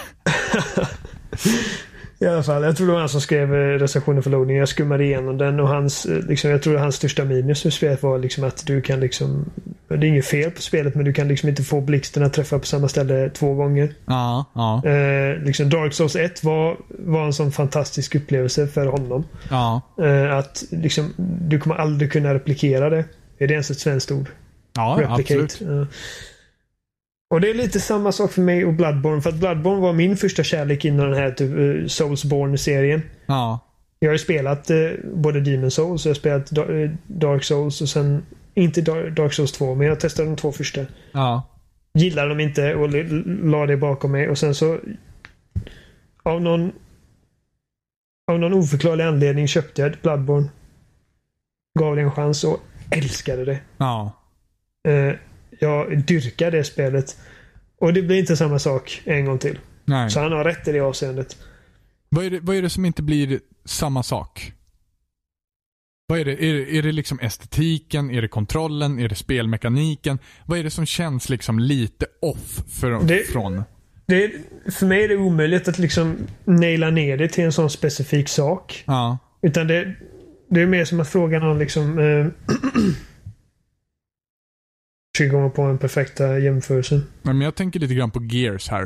I alla fall, jag tror det var han som skrev recensionen för Loading. Jag skummade igenom den och hans, liksom, jag tror hans största minus för spelet var liksom att du kan liksom, det är inget fel på spelet, men du kan liksom inte få blixten att träffa på samma ställe två gånger. Ja, ja. Eh, liksom Dark Souls ett var, var en sån fantastisk upplevelse för honom. Ja. Eh, att liksom, du kommer aldrig kunna replikera det. Är det ens ett svenskt ord? Ja, Replicate. absolut. Uh. Och det är lite samma sak för mig och Bloodborne. För att Bloodborne var min första kärlek inom den här typ, uh, Soulsborne-serien. Ja. Jag har ju spelat uh, både Demon's Souls och jag har spelat uh, Dark Souls och sen inte Dark Souls två, men jag testade de två första. Ja. Gillade dem inte och la det bakom mig och sen så av någon av någon oförklarlig anledning köpte jag Bloodborne. Gav det en chans och älskade det. Ja. Uh, jag dyrkar det spelet. Och det blir inte samma sak en gång till. Nej. Så han har rätt i det avseendet. Vad är det, vad är det som inte blir samma sak? Vad är det? Är det, är det liksom estetiken? Är det kontrollen? Är det spelmekaniken? Vad är det som känns liksom lite off för, det, från? Det är, för mig är det omöjligt att liksom naila ner det till en sån specifik sak. Ja. Utan det, det är mer som att fråga någon liksom... Eh, försöker komma på en perfekta jämförelse. Men jag tänker lite grann på Gears här.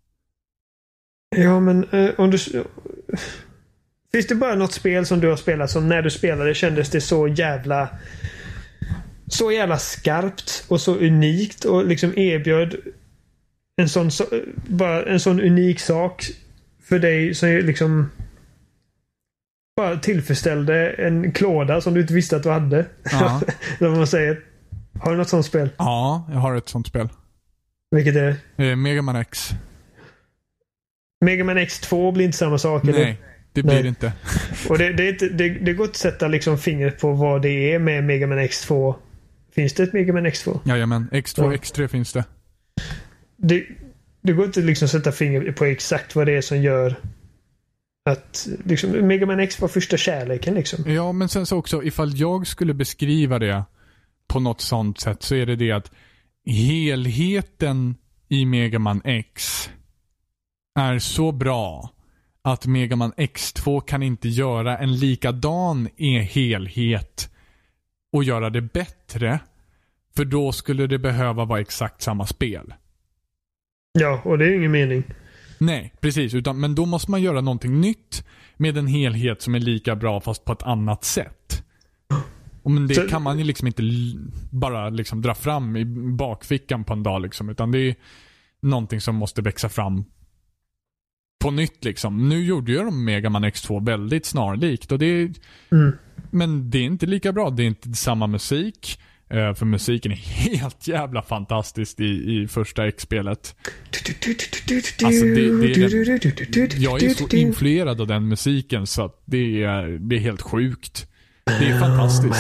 Ja, men eh, om du... Finns det bara något spel som du har spelat som när du spelade kändes det så jävla så jävla skarpt och så unikt och liksom erbjöd en sån, så, bara en sån unik sak för dig som liksom bara tillfredsställde en klåda som du inte visste att du hade. Ja. Som man säger. Har du något sånt spel? Ja, jag har ett sånt spel. Vilket är det? Eh, Mega Man X. Mega Man X två blir inte samma sak, eller? Nej, det blir Nej. det inte. Och det, det, är inte, det, det går inte att sätta liksom fingret på vad det är med Mega Man X två. Finns det ett Mega Man X två? Jajamän, X två, Ja. X tre finns det. Det, det går inte liksom sätta fingret på exakt vad det är som gör att liksom, Mega Man X var första kärleken liksom. Ja, men sen så också, ifall jag skulle beskriva det på något sånt sätt, så är det det att helheten i Mega Man X är så bra att Mega Man X två kan inte göra en likadan helhet och göra det bättre, för då skulle det behöva vara exakt samma spel. Ja, och det är ju ingen mening. Nej, precis. Utan, men då måste man göra någonting nytt med en helhet som är lika bra fast på ett annat sätt. Och men det så, kan man ju liksom inte l- bara liksom dra fram i bakfickan på en dag liksom, utan det är någonting som måste växa fram på nytt liksom. Nu gjorde ju de Mega Man X två väldigt snarlikt och det är, mm. men det är inte lika bra. Det är inte samma musik. Uh, för musiken är helt jävla fantastisk i, i första X-spelet. Alltså det, det är den, jag är så influerad av den musiken så att det är, det är helt sjukt. Det är fantastiskt.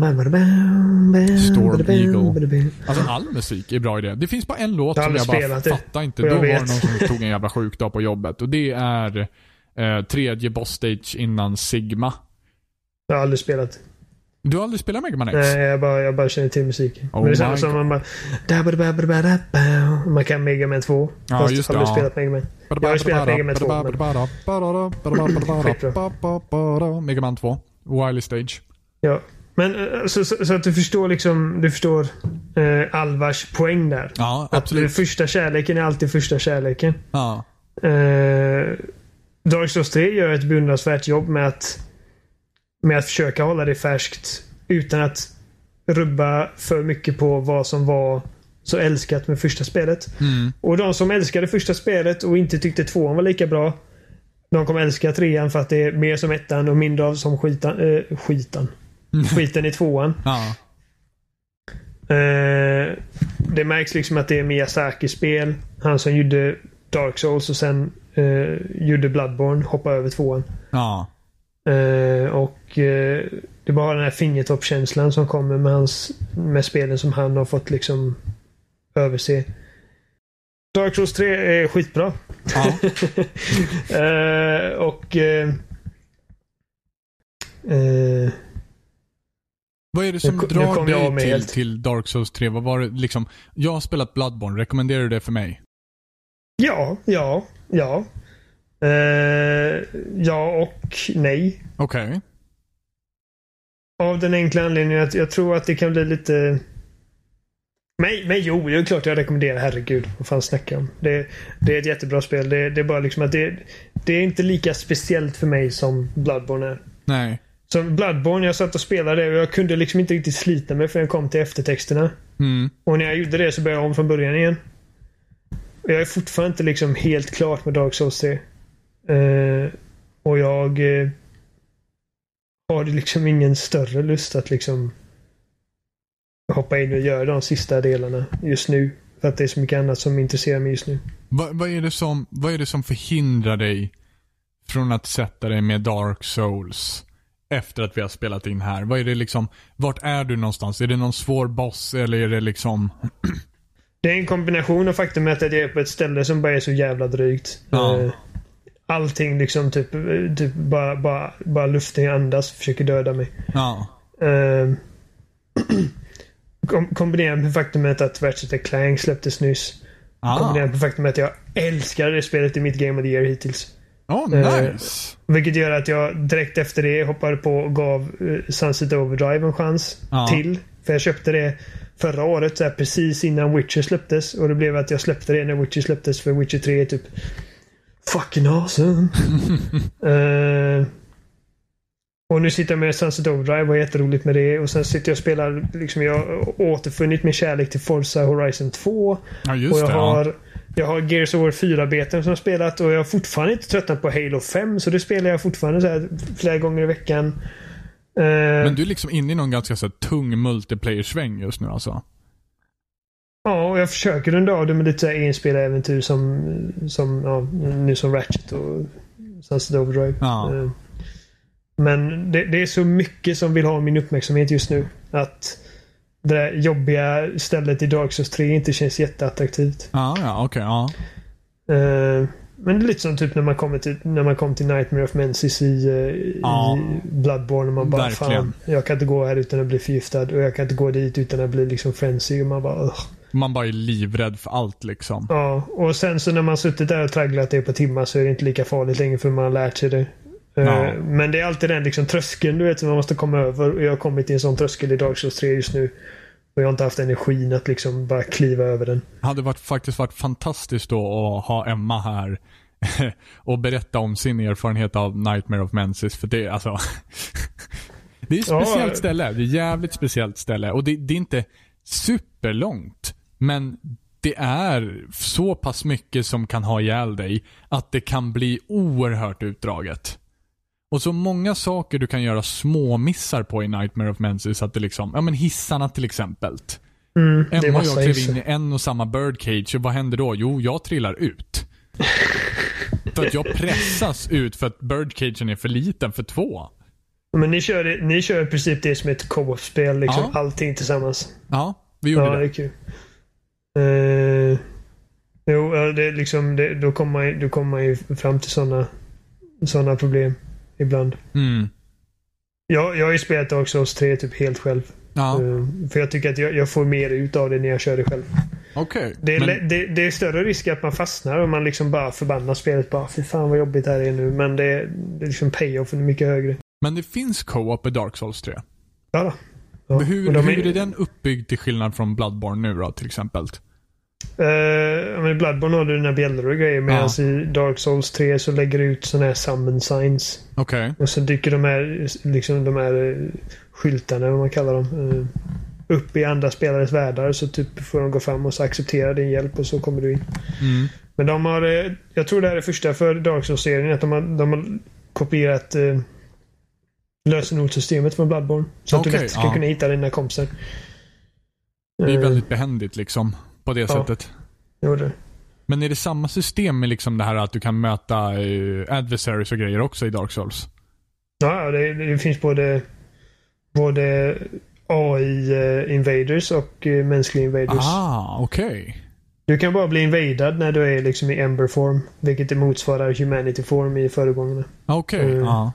Storm Eagle. Alltså all musik är bra i det. Det finns bara en låt jag som jag bara det. fattar inte. Då var det någon som tog en jävla sjuk dag på jobbet. Och det är uh, tredje boss stage innan Sigma. Jag har aldrig spelat. Du har aldrig spelat Mega Man X? Nej, jag bara, jag bara känner till musiken. Oh, men det är samma som man bara... Man kan Mega Man två. Ja, fast just det. har du Ja. spelat Mega Man? Jag har spelat Mega Man två. Men... Mega Man två. Wily Stage. Ja. Men så, så, så att du förstår liksom... Du förstår eh, Alvars poäng där. Ja, absolut. Att första kärleken är alltid första kärleken. Ja. Eh, Dark Souls tre gör ett beundransvärt jobb med att med att försöka hålla det färskt utan att rubba för mycket på vad som var så älskat med första spelet. Mm. Och de som älskade första spelet och inte tyckte tvåan var lika bra, de kommer älska trean för att det är mer som ettan och mindre av som skitan. Äh, skitan. Skiten i tvåan. Ja. Uh, det märks liksom att det är Miyazaki-spel. Han som gjorde Dark Souls och sen uh, gjorde Bloodborne hoppar över tvåan. Ja. Uh, och uh, det är bara den här fingertoppkänslan som kommer med hans med spelen som han har fått liksom överse. Dark Souls tre är skitbra. Ja. uh, och uh, uh, vad är det som nu, drar nu dig till, till Dark Souls tre? Vad var det liksom? Jag har spelat Bloodborne. Rekommenderar du det för mig? Ja, ja, ja. Uh, ja och nej. Okej. Okay. Av den enkla anledningen att jag tror att det kan bli lite... Men, men jo, det är klart jag rekommenderar. Herregud, vad fan snackar om? Det, det är ett jättebra spel. Det, det är bara liksom att det, det är inte lika speciellt för mig som Bloodborne är. Nej. Som Bloodborne, jag satt och spelade och jag kunde liksom inte riktigt slita mig för jag kom till eftertexterna. Mm. Och när jag gjorde det så började jag om från början igen. Och jag är fortfarande inte liksom helt klart med Dark Souls tre. Uh, och jag uh, har liksom ingen större lust att liksom hoppa in och göra de sista delarna just nu. För att det är så mycket annat som intresserar mig just nu. Va, vad, är det som, vad är det som förhindrar dig från att sätta dig med Dark Souls efter att vi har spelat in här? Vad är det liksom, vart är du någonstans? Är det någon svår boss eller är det liksom... Det är en kombination av faktum att det är på ett ställe som bara är så jävla drygt. Ja. Allting liksom typ, typ bara, bara, bara luften jag andas försöker döda mig. Ja. Uh, kom, kombinerat med faktumet att Ratchet and Clank släpptes nyss. Ah. Kombinerat med faktumet att jag älskar det spelet i mitt Game of the Year hittills. Oh, nice. Uh, vilket gör att jag direkt efter det hoppade på och gav uh, Sunset Overdrive en chans ah. till. För jag köpte det förra året så här, precis innan Witcher släpptes. Och det blev att jag släppte det när Witcher släpptes, för Witcher tre är typ fucking awesome. uh, och nu sitter jag med Sunset Overdrive och är jätteroligt med det. Och sen sitter jag och spelar, liksom jag har återfunnit min kärlek till Forza Horizon två. Ja, just och jag det, har ja. jag har Gears of War fyra-beten som jag spelat och jag har fortfarande inte tröttnat på Halo fem, så det spelar jag fortfarande så här flera gånger i veckan. Uh, Men du är liksom inne i någon ganska så här, tung multiplayer-sväng just nu alltså? Ja, och jag försöker runda av det med lite så här enspelaräventyr som, som ja, nu som Ratchet och Sunset Overdrive. Ja. Uh, men det, det är så mycket som vill ha min uppmärksamhet just nu att det där jobbiga stället i Dark Souls tre inte känns jätteattraktivt. Ja, ja, okej, okay, ja. Uh, men det är lite som typ när man kommer till, när man kom till Nightmare of Mensis i, uh, ja, i Bloodborne och man bara verkligen. Fan, jag kan inte gå här utan att bli förgiftad och jag kan inte gå dit utan att bli liksom frenzy och man bara ugh. Man bara är livrädd för allt liksom. Ja, och sen så när man suttit där och tragglat det på timmar så är det inte lika farligt längre för man har lärt sig det. Ja. Uh, men det är alltid den liksom tröskeln du vet som man måste komma över och jag har kommit till en sån tröskel i Dark Souls tre just nu. Och jag har inte haft energin att liksom bara kliva över den. Det hade varit, faktiskt varit fantastiskt då att ha Emma här och berätta om sin erfarenhet av Nightmare of Mensis. För det, alltså det är ett speciellt ja. ställe. Det är ett jävligt speciellt ställe. Och det, det är inte superlångt. Men det är så pass mycket som kan ha ihjäl dig att det kan bli oerhört utdraget. Och så många saker du kan göra små missar på i Nightmare of Mensis att det liksom, ja men hissarna till exempel. Mm, Emma och jag klev in i en och samma birdcage och vad händer då? Jo, jag trillar ut. För att jag pressas ut för att birdcagen är för liten för två. Men ni kör, ni kör i princip det som ett co-op-spel, liksom ja. allting tillsammans. Ja, vi gjorde ja, det. det är kul. Uh, jo, det är liksom, det, då kommer man, då kommer man ju fram till sådana sådana problem. Ibland. Mm. Jag, jag har ju spelat Dark Souls tre typ helt själv. Ja. Uh, för jag tycker att jag, jag får mer ut av det när jag kör det själv. Okay, det, är, men... det, det är större risk att man fastnar och man liksom bara förbannar spelet. Bara, fy fan vad jobbigt det här är nu. Men det, det är liksom payoffen är mycket högre. Men det finns co-op i Dark Souls tre. Ja då. Ja. Hur, hur är... är den uppbyggd till skillnad från Bloodborne nu då till exempel? Uh, men Bloodborne har du dina bjällror och grejer medan ja. i Dark Souls tre så lägger du ut såna här summon signs. Okej. Okay. Och så dyker de här liksom de här uh, skyltarna, vad man kallar dem, uh, upp i andra spelares världar så typ får de gå fram och så acceptera din hjälp och så kommer du in. Mm. Men de har uh, jag tror det här är första för Dark Souls-serien att de har, de har kopierat uh, lösenordssystemet från Bloodborne så okay, att du lätt ska ja. kunna hitta dina kompisar. Det är väldigt behändigt liksom. På det ja, sättet. Jo det. Men är det samma system med liksom det här att du kan möta uh, adversaries och grejer också i Dark Souls? Ja, det, det finns både både A I-invaders uh, och uh, mänskliga invaders. Ah, okej. Okay. Du kan bara bli invadad när du är liksom i Ember form, vilket motsvarar humanity form i föregångarna. Okej, okay. uh, ah.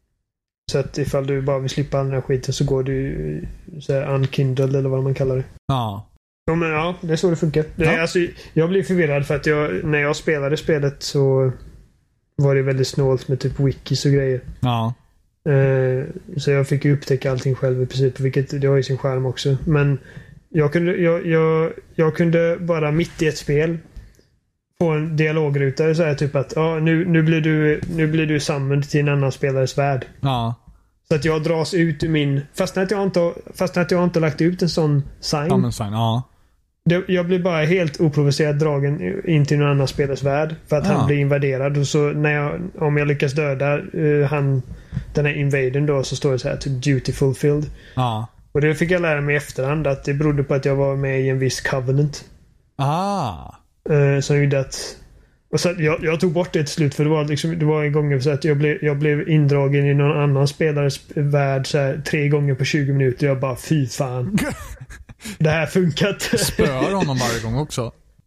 Så att ifall du bara vill slippa den här skiten så går du så här unkindled eller vad man kallar det. Ja. Ah. Ja, men ja, det är så det funkar. Det är, ja. alltså, jag blir förvirrad för att jag, när jag spelade spelet så var det väldigt snålt med typ wikis och grejer. Ja. Uh, så jag fick ju upptäcka allting själv i princip, vilket det har ju sin charm också. Men jag kunde, jag, jag, jag kunde bara mitt i ett spel få en dialogruta så här typ att ja, nu, nu blir du nu blir du samman till en annan spelares värld. Ja. Så att jag dras ut ur min fast att jag inte fast att jag inte lagt ut en sån sign. Summon sign, ja. Det, jag blir bara helt oprovocerat dragen in till någon annan spelares värld för att ja. han blir invaderad och så när jag om jag lyckas döda uh, han den här invaden då så står det så här typ duty fulfilled. Ja. Och det fick jag lära mig i efterhand att det berodde på att jag var med i en viss covenant. Ah. Uh, som gjorde att och så jag, jag tog bort det till slut för det var liksom det var en gång så att jag blev jag blev indragen i någon annan spelares värld så här, tre gånger på tjugo minuter. Jag bara fy fan. Det här funkat. Spöar honom varje gång också?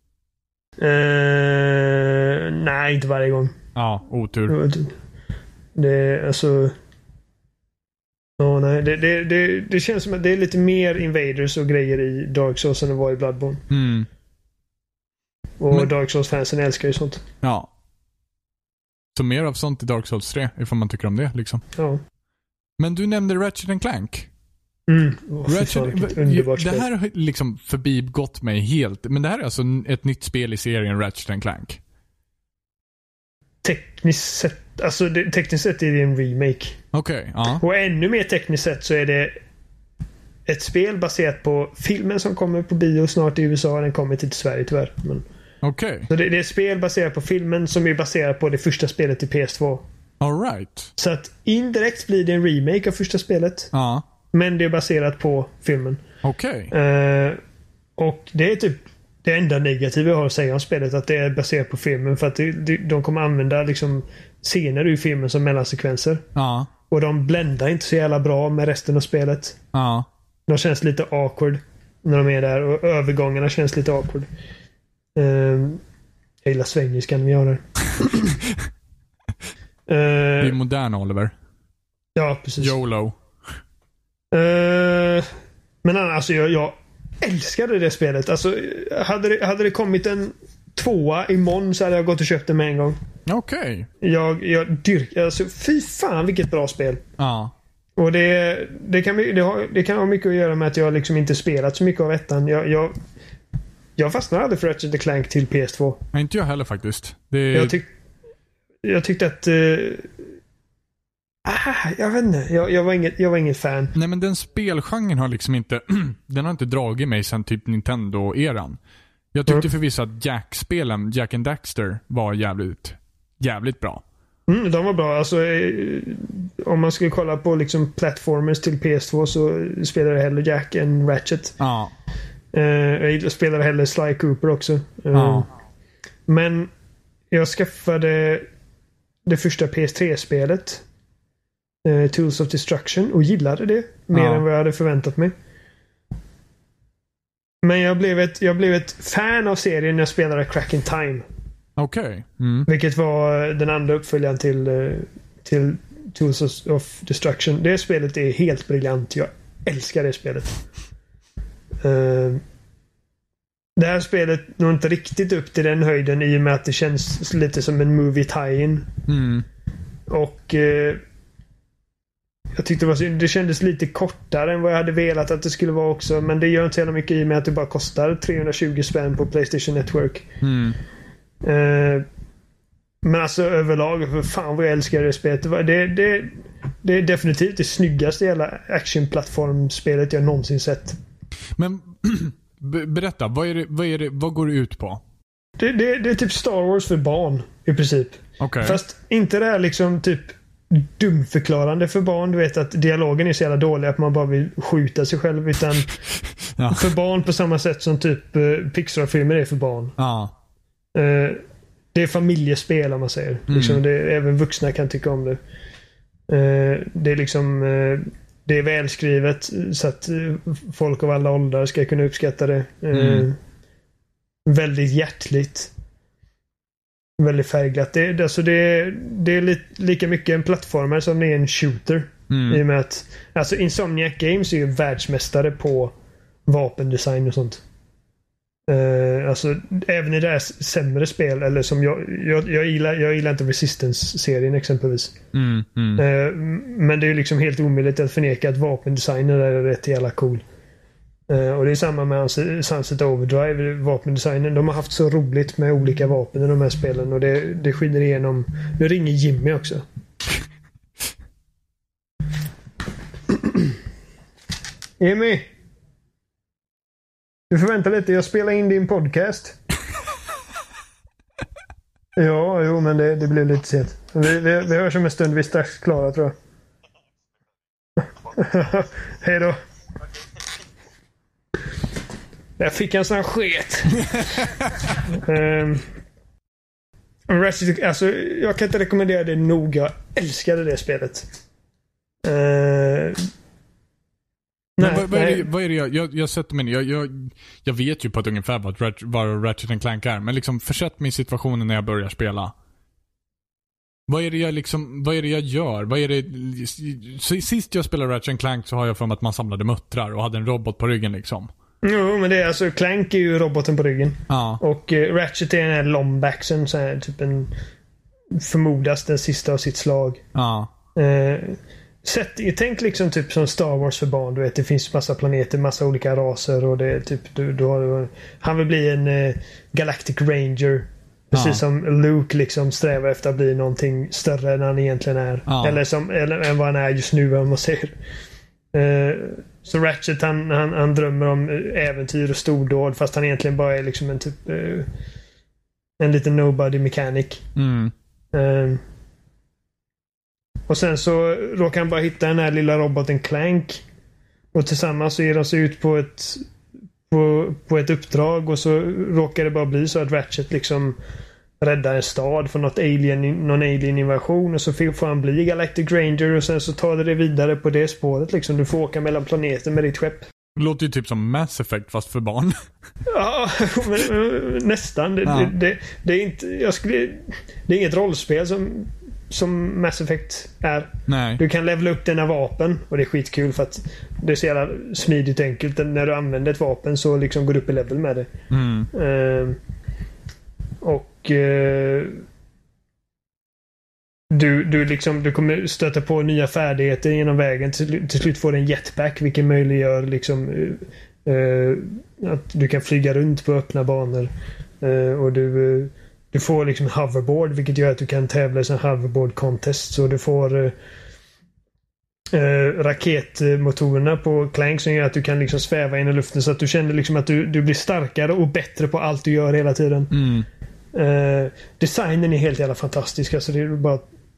Uh, nej, inte varje gång. Ja, otur. Det alltså oh, nej, det, det, det, det känns som att det är lite mer invaders och grejer i Dark Souls än det var i Bloodborne. Mm. Och Men, Dark Souls-fansen älskar ju sånt. Ja. Så mer av sånt i Dark Souls tre, ifall man tycker om det, liksom. Ja. Men du nämnde Ratchet and Clank. Mm. Oh, Ratchet, fan, det här har liksom förbigått mig helt. Men det här är alltså ett nytt spel i serien Ratchet and Clank. Tekniskt sett, alltså det, tekniskt sett är det en remake. Okej, okay, ja. Och ännu mer tekniskt sett så är det ett spel baserat på filmen som kommer på bio snart i U S A. Den kommer till Sverige tyvärr. Men Okej. Okay. Så det, det är spel baserat på filmen som är baserat på det första spelet till P S två. All right. Så att indirekt blir det en remake av första spelet. Ja. Men det är baserat på filmen. Okej. Okay. Uh, och det är typ det enda negativa jag har att säga om spelet. Att det är baserat på filmen. För att det, det, de kommer använda liksom scener ur filmen som mellansekvenser. Ja. Och de bländar inte så jävla bra med resten av spelet. Ja. De känns lite awkward när de är där. Och övergångarna känns lite awkward. Uh, jag gillar svengiskan vi har där. Det är modern, Oliver. Ja, precis. YOLO. Uh, men alltså jag, jag älskade det spelet. Alltså, hade det, hade det kommit en tvåa imorgon så hade jag gått och köpt det med en gång. Okej. Okay. Jag, jag dyrkar. Alltså, fy fan vilket bra spel. Ja. Och det, det, kan, det, har, det kan ha mycket att göra med att jag liksom inte spelat så mycket av ettan. Jag, jag, jag fastnade aldrig för Ratchet and Clank till P S två. Nej, inte jag heller faktiskt. Det... Jag, tyck, jag tyckte att... Uh, ah, jag vet inte. Jag, jag, var inget, jag var inget fan. Nej, men den spelgenren har liksom inte... den har inte dragit mig sen typ Nintendo-eran. Jag tyckte mm. förvisso att Jack-spelen, Jack and Daxter, var jävligt, jävligt bra. Mm, de var bra. Alltså, eh, om man skulle kolla på liksom platformers till P S två så spelar jag hellre Jack än Ratchet. Ja. Eh, jag spelar hellre Sly Cooper också. Eh, ja. Men jag skaffade det första P S tre-spelet. Eh, Tools of Destruction. Och gillade det. Mer ja. än vad jag hade förväntat mig. Men jag blev ett, jag blev ett fan av serien när jag spelade Crack in Time. Okej. Okay. Mm. Vilket var den andra uppföljaren till, till Tools of Destruction. Det spelet är helt briljant. Jag älskar det spelet. Uh, det här spelet når inte riktigt upp till den höjden i och med att det känns lite som en movie tie-in. Mm. Och uh, jag tyckte det, var, det kändes lite kortare än vad jag hade velat att det skulle vara också. Men det gör inte så mycket i och med att det bara kostar trehundratjugo spänn på PlayStation Network. Mm. Uh, men alltså överlag, för fan vad jag älskar det spelet. Det, det, det är definitivt det snyggaste jävla actionplattformspelet jag någonsin sett. Men berätta, vad, är det, vad, är det, vad går det ut på? Det, det, det är typ Star Wars för barn i princip. Okay. Fast inte det här liksom typ dumförklarande för barn. Du vet att dialogen är så jävla dålig att man bara vill skjuta sig själv. Utan ja. för barn på samma sätt som typ uh, Pixar-filmer är för barn. Ja. Uh, det är familjespel om man säger. Mm. Liksom det, även vuxna kan tycka om det. Uh, det är liksom uh, det är välskrivet så att uh, folk av alla åldrar ska kunna uppskatta det. Uh, mm. Väldigt hjärtligt. Väldigt färgglatt. Det, det, alltså det, det är li, lika mycket en plattformare som det är en shooter. Mm. I och med att alltså Insomniac Games är ju världsmästare på vapendesign och sånt. Uh, alltså även i det här sämre spel eller som jag jag, jag, gillar, jag gillar inte Resistance-serien exempelvis. Mm, mm. Uh, men det är liksom helt omöjligt att förneka att vapendesignen är rätt jävla cool. Uh, och det är samma med Sunset Overdrive, vapendesignen. De har haft så roligt med olika vapen i de här spelen och det, det skiner igenom. Nu ringer Jimmy också. Jimmy! Du får vänta lite, jag spelar in din podcast. Ja, jo, men det, det blev lite sent. Vi, vi, vi hörs om en stund, vi är strax klara tror jag. Hej då. Jag fick en sån här sket. um, alltså, jag kan inte rekommendera det nog. Jag älskade det spelet. Uh, Men vad, vad, är det, vad är det jag, jag, jag sätter mig jag, jag, jag vet ju på ett ungefär vad, vad Ratchet and Clank är. Men liksom försätt mig i situationen när jag börjar spela. Vad är det jag liksom, vad är det jag gör? Vad är det, sist jag spelade Ratchet and Clank så har jag för mig att man samlade muttrar och hade en robot på ryggen liksom. Jo, men det är alltså Clank är ju roboten på ryggen. Ja. Och uh, Ratchet är den här lombaxen så här, typ en förmodas den sista av sitt slag. Ja. Uh, Sätt, tänk liksom typ som Star Wars för barn. Du vet, det finns massa planeter, massa olika raser och det är typ du, du har, han vill bli en uh, Galactic Ranger. Precis ja. som Luke liksom strävar efter att bli någonting större än han egentligen är. Ja. Eller, som, eller än vad han är just nu om man säger. Uh, så Ratchet han, han, han drömmer om äventyr och stordåd fast han egentligen bara är liksom en typ uh, En liten nobody mechanic. Mm. Um, och sen så råkar han bara hitta den här lilla roboten Clank. Och tillsammans så ger de sig ut på ett på, på ett uppdrag och så råkar det bara bli så att Ratchet liksom räddar en stad från något alien, någon alien-invasion och så får han bli Galactic Ranger och sen så tar det vidare på det spåret liksom. Du får åka mellan planeter med ditt skepp. Det låter ju typ som Mass Effect fast för barn. Ja, men, nästan. Det, ja. det, det, det är inte jag skulle, det är inget rollspel som som Mass Effect är. Nej. Du kan levela upp dina vapen och det är skitkul för att det är så jävla smidigt och enkelt. När du använder ett vapen så liksom går du upp i level med det. Mm. Uh, och uh, du, du, liksom, du kommer stöta på nya färdigheter genom vägen. Till, till slut får du en jetpack vilket möjliggör liksom, uh, uh, att du kan flyga runt på öppna banor. Uh, och du uh, Du får liksom hoverboard vilket gör att du kan tävla i en hoverboard contest. Så du får uh, uh, raketmotorerna på Clank som gör att du kan liksom sväva in i luften så att du känner liksom att du, du blir starkare och bättre på allt du gör hela tiden. Mm. Uh, designen är helt jävla fantastisk. Alltså det är bara...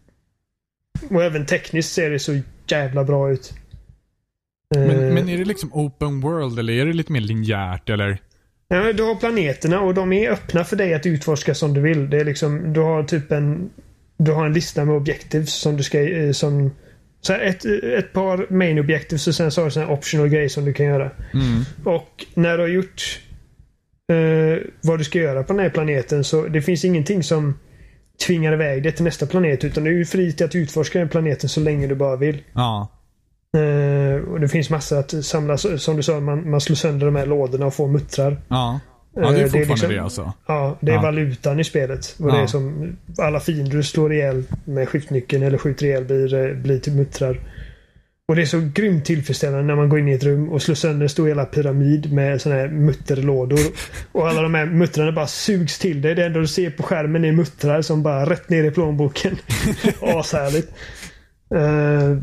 Och även tekniskt ser det så jävla bra ut. Uh, men, men är det liksom open world eller är det lite mer linjärt eller... Ja, du har planeterna och de är öppna för dig att utforska som du vill. Det är liksom, du har typ en du har en lista med objectives som du ska som så här ett, ett par main objectives och sen så har du såna optional grejer som du kan göra. Mm. Och när du har gjort uh, vad du ska göra på den här planeten så det finns ingenting som tvingar iväg dig till nästa planet utan du är fri till att utforska den planeten så länge du bara vill. Ja. Uh, och det finns massor att samla som du sa, man, man slår sönder de här lådorna och får muttrar. Ja, ja det är fortfarande uh, det, är liksom, det alltså. Ja, det är ja. valutan i spelet. Och ja. det är som alla fiender du slår ihjäl med skiftnyckeln eller skjuter ihjäl blir, blir till muttrar. Och det är så grymt tillfredsställande när man går in i ett rum och slår sönder en stor hela pyramid med såna här mutterlådor. Och alla de här muttrarna bara sugs till dig. Det enda du ser på skärmen är muttrar som bara rätt ner i plånboken. Ashärligt. Uh,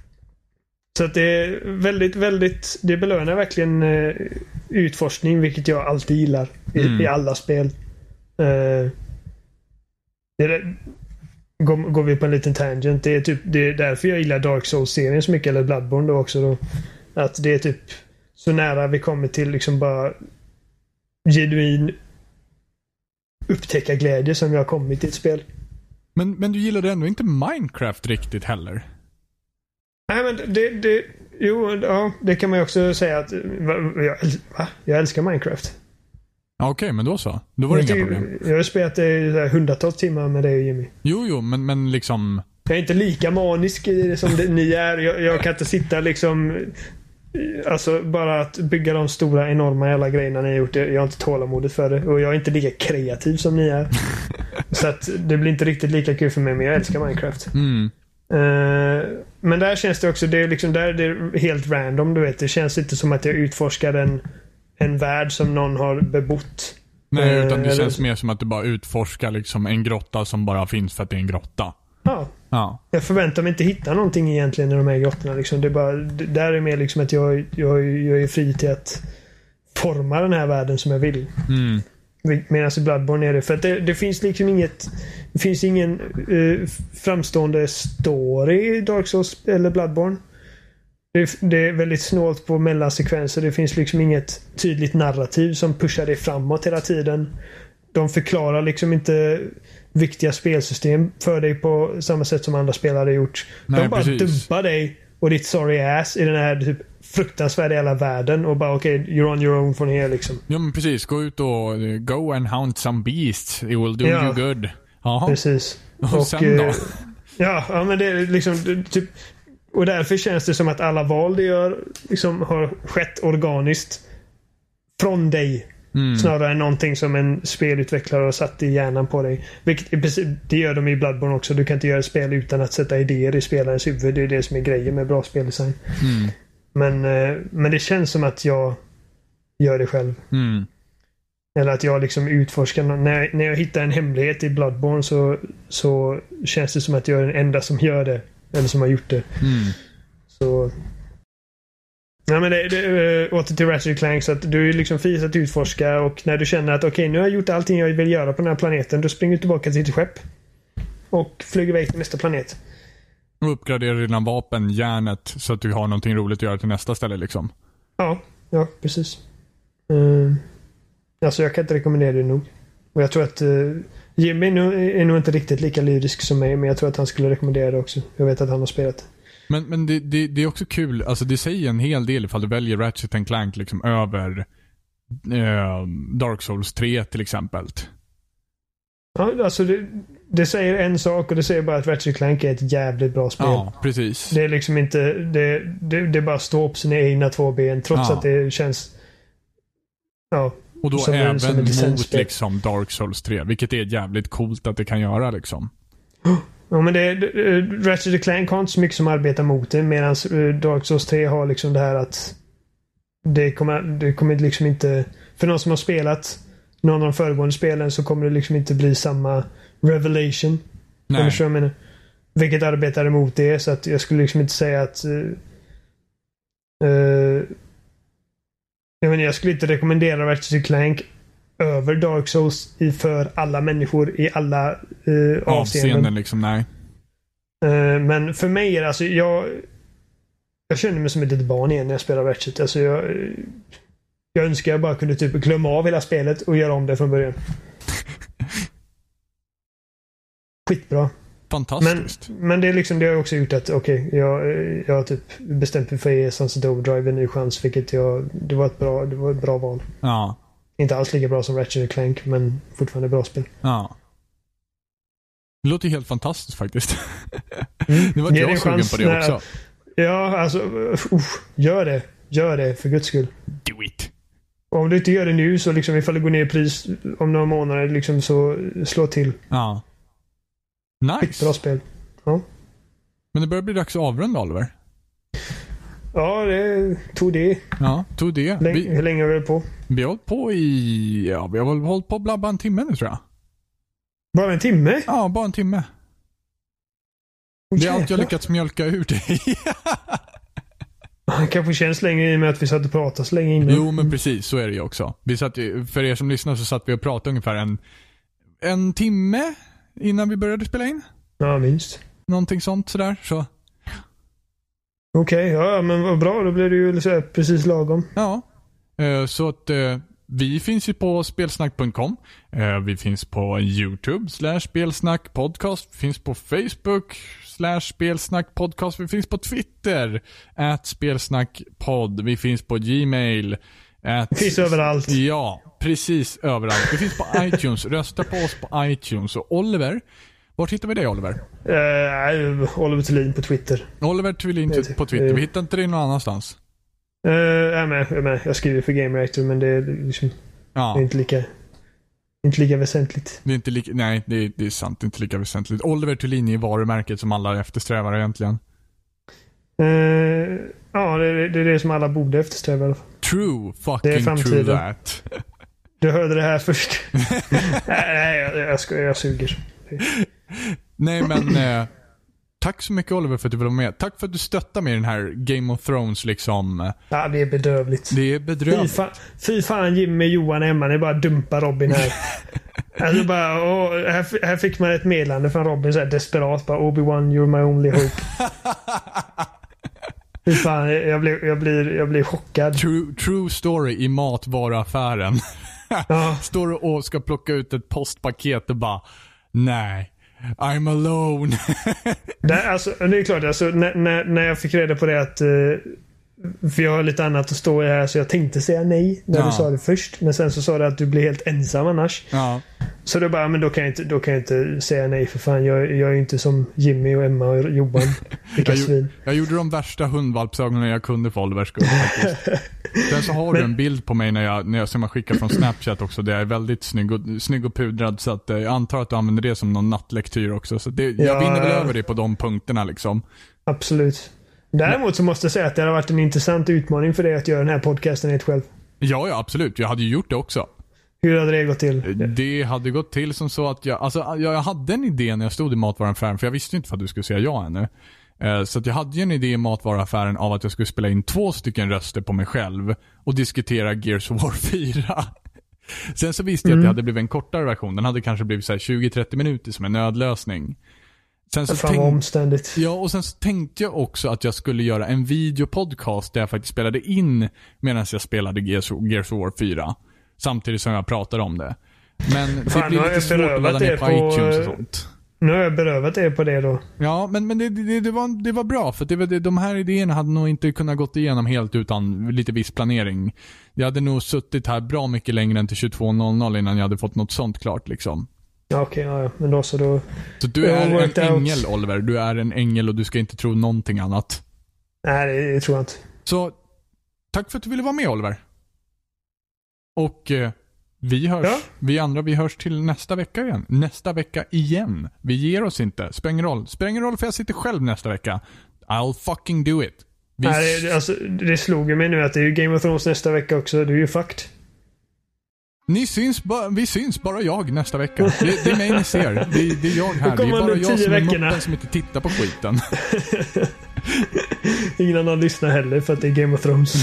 Så att det är väldigt, väldigt det belönar verkligen uh, utforskning vilket jag alltid gillar i, mm. i alla spel. Uh, det är, går, går vi på en liten tangent. Det är typ det är därför jag gillar Dark Souls-serien så mycket eller Bloodborne då också då. Att det är typ så nära vi kommer till liksom bara genuin upptäcka glädje som jag har kommit till ett spel. Men, men du gillade ändå inte Minecraft riktigt heller? Nej men det, det jo, ja, det kan man ju också säga att jag, va? jag älskar Minecraft. Okej, okay, men då så. Då var det inga problem. Jag har spelat det hundratals timmar med dig och Jimmy. Jo, jo, men, men liksom... Jag är inte lika manisk i det som det, ni är. Jag, jag kan inte sitta liksom... Alltså bara att bygga de stora enorma jävla grejerna ni har gjort. Jag har inte tålamodet för det. Och jag är inte lika kreativ som ni är. Så att det blir inte riktigt lika kul för mig. Men jag älskar Minecraft. Mm. Uh, men där känns det också det är liksom där det är helt random du vet. Det känns inte som att jag utforskar en, en värld som någon har bebott. Nej, utan det uh, känns eller... mer som att du bara utforskar liksom en grotta som bara finns för att det är en grotta. Ja. Ja. Jag förväntar mig inte hitta någonting egentligen i de här grottorna liksom. Det är bara, det, där är mer liksom att jag, jag, jag är fri till att forma den här världen som jag vill. Mm. Medan i Bloodborne är det för att det, det finns liksom inget det finns ingen uh, framstående story i Dark Souls eller Bloodborne. Det, det är väldigt snålt på mellansekvenser. Det finns liksom inget tydligt narrativ som pushar dig framåt hela tiden. De förklarar liksom inte viktiga spelsystem för dig på samma sätt som andra spelare gjort. Nej, de bara precis. dumpar dig och ditt sorry ass i den här typ fruktansvärda hela världen och bara okej, okay, you're on your own från här liksom. Ja men precis, gå ut och uh, go and hunt some beasts. It will do ja, you good. Jaha. Precis. Och, och sen då? Ja, ja, men det är liksom typ och därför känns det som att alla val du gör liksom har skett organiskt från dig. Mm. Snarare än någonting som en spelutvecklare har satt i hjärnan på dig. Vilket i princip, det gör de i Bloodborne också. Du kan inte göra spel utan att sätta idéer i spelarens huvud. Det är det som är grejen med bra speldesign. Mm. Men, men det känns som att jag gör det själv. Mm. Eller att jag liksom utforskar. När, när jag hittar en hemlighet i Bloodborne så, så känns det som att jag är den enda som gör det. Eller som har gjort det. Mm. Så... Ja, men det, det, åter till Ratchet and Clank, så att du är liksom fri att utforska, och när du känner att okej, okay, nu har jag gjort allting jag vill göra på den här planeten, då springer du tillbaka till ditt skepp och flyger iväg till nästa planet. Och uppgraderar dina vapen, järnet, så att du har någonting roligt att göra till nästa ställe liksom. Ja, ja, precis. Uh, alltså jag kan inte rekommendera det nog. Och jag tror att uh, Jimmy är nog inte riktigt lika lyrisk som mig, men jag tror att han skulle rekommendera det också. Jag vet att han har spelat det. Men, men det, det, det är också kul, alltså det säger en hel del ifall du väljer Ratchet and Clank liksom över eh, Dark Souls tre till exempel. Ja, alltså det, det säger en sak, och det säger bara att Ratchet and Clank är ett jävligt bra spel. Ja, precis. Det är liksom inte, det, det, det bara står på sina egna två ben, trots ja. att det känns, ja. Och då som även en, som mot liksom Dark Souls tre, vilket är jävligt coolt att det kan göra liksom. Ja, men det, det, Ratchet and Clank har inte så mycket som arbetar mot det, medan Dark Souls tre har liksom det här att det kommer, det kommer liksom inte, för någon som har spelat någon av de föregående spelen, så kommer det liksom inte bli samma revelation. Nej. Jag menar, vilket arbetar emot det, så att jag skulle liksom inte säga att uh, uh, jag menar, jag skulle inte rekommendera Ratchet and Clank över Dark Souls i, för alla människor i alla uh, avseenden. avseenden liksom, nej. Uh, men för mig är det alltså, jag jag känner mig som ett litet barn igen när jag spelar Ratchet. Alltså jag jag önskar jag bara kunde typ glömma av hela spelet och göra om det från början. Skitbra. Fantastiskt. Men, men det är liksom, det har också gjort att okej, okay, jag, jag har typ bestämt mig för att ge Sunset Overdrive en ny chans, vilket jag, det var ett bra, det var ett bra val. Ja. Inte alls lika bra som Ratchet and Clank, men fortfarande bra spel. Ja. Det låter helt fantastiskt faktiskt. Mm. Det var jag sugen på det också. När, ja, alltså uh, gör det. Gör det, för guds skull. Do it. Och om du inte gör det nu, så liksom ifall det går ner i pris om några månader, liksom, så slå till. Ja. Nice. Bra spel. Ja. Men det börjar bli dags att avrunda, Oliver. Ja, det tog det. Ja, tog det. Läng- vi, hur länge har vi hållit på? Vi har hållit på i... Ja, vi har hållit på att blabba en timme nu, tror jag. Bara en timme? Ja, bara en timme. Det är allt jag lyckats mjölka ur dig. Det kanske känns länge i och med att vi satt och pratade så länge innan. Jo, men precis, så är det ju också. Vi satt, för er som lyssnar så satt vi och pratade ungefär en, en timme innan vi började spela in. Ja, minst. Någonting sånt sådär, så. Okej, okay, ja, men vad bra. Då blir det ju så här, precis lagom. Ja, så att vi finns ju på spelsnack punkt com. Vi finns på YouTube slash spelsnack podcast. Vi finns på Facebook slash spelsnack podcast. Vi finns på Twitter at spelsnackpodd. Vi finns på Gmail. At, det finns överallt. Ja, precis överallt. Vi finns på iTunes. Rösta på oss på iTunes. Och Oliver, var hittar vi dig, Oliver? Uh, Oliver Thulin på Twitter. Oliver Thulin på Twitter. Vi hittar inte dig någon annanstans. Uh, jag, är med, jag, är med. Jag skriver för Game Reactor, men det är liksom ja. det är inte lika inte lika väsentligt. Det är inte lika, nej, det är, det är sant, det är inte lika väsentligt. Oliver Thulin är varumärket som alla eftersträvar egentligen. Uh, ja, det är, det är det som alla borde eftersträva. True fucking true that. Du hörde det här först. Nej, jag, jag, ska, jag suger. Nej, men eh, tack så mycket, Oliver, för att du vill vara med. Tack för att du stöttar med den här Game of Thrones liksom. Ja, det är bedrövligt. Det är bedrövligt. Fy, fa- fy fan, Jimmy, Johan och Emma, ni bara dumpar Robin här. Alltså bara, åh, här, här fick man ett meddelande från Robin så här desperat, bara Obi-Wan, you're my only hope. Fy fan, jag blir, jag blir, jag blir chockad. True, true story i matvaruaffären. Ja. Står och ska plocka ut ett postpaket och bara, nej, I'm alone. det, alltså, det är klart, alltså, när, när, när jag fick reda på det att uh, för jag har lite annat att stå i här, så jag tänkte säga nej när ja. du sa det först, men sen så sa du att du blir helt ensam annars. Ja. Så då bara, men då kan jag inte, då kan jag inte säga nej, för fan, jag, jag är inte som Jimmy och Emma och Johan. Vilka jag, svin. Jag gjorde de värsta hundvalpsögonen jag kunde för Olivers skull faktiskt. Sen så har men, du en bild på mig när jag, när jag som jag skickar från Snapchat också, där jag är väldigt snygg och, snygg och pudrad, så att jag antar att du använder det som någon nattlektyr också, så det, jag ja, vinner väl över det på de punkterna liksom. Absolut. Däremot så måste jag säga att det har varit en intressant utmaning för dig att göra den här podcasten helt själv. Ja, ja, absolut. Jag hade ju gjort det också. Hur hade det gått till? Det hade gått till som så att jag, alltså, jag hade en idé när jag stod i matvaruaffären, för jag visste inte för att du skulle säga ja ännu. Eh, så att jag hade ju en idé i matvaruaffären av att jag skulle spela in två stycken röster på mig själv och diskutera Gears of War fyra. Sen så visste jag mm. att det hade blivit en kortare version. Den hade kanske blivit så här tjugo till trettio minuter som en nödlösning. Sen så tänk... omständigt. Ja, och sen så tänkte jag också att jag skulle göra en videopodcast där jag faktiskt spelade in medan jag spelade Gears of War fyra. Samtidigt som jag pratade om det. Men Fan, det blir lite svårt att ladda ner på, på iTunes och sånt. Nu har jag berövat er på det då. Ja, men, men det, det, det, var, det var bra. För det var, det, de här idéerna hade nog inte kunnat gått igenom helt utan lite viss planering. Jag hade nog suttit här bra mycket längre än till tjugotvå noll noll innan jag hade fått något sånt klart liksom. Ja, okej, okay, ja, men då så då... Så du är en ängel, out. Oliver. Du är en ängel och du ska inte tro någonting annat. Nej, det, det tror jag inte. Så, tack för att du ville vara med, Oliver. Och eh, vi hörs. Ja. Vi andra, vi hörs till nästa vecka igen. Nästa vecka igen. Vi ger oss inte. Spelar ingen roll. Spelar ingen roll för jag sitter själv nästa vecka. I'll fucking do it. Vi... Nej, det, alltså, det slog mig nu att det är ju Game of Thrones nästa vecka också. Du är ju fucked. Ni syns ba- vi syns bara jag nästa vecka. Det, det är mig ni ser. Det, det är jag här. Det är bara jag som är moppen som inte tittar på skiten. Ingen annan lyssnar heller för att det är Game of Thrones.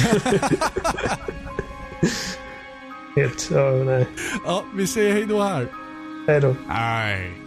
Helt, ja, nej. Ja, vi säger hej då här. Hej då. Nej.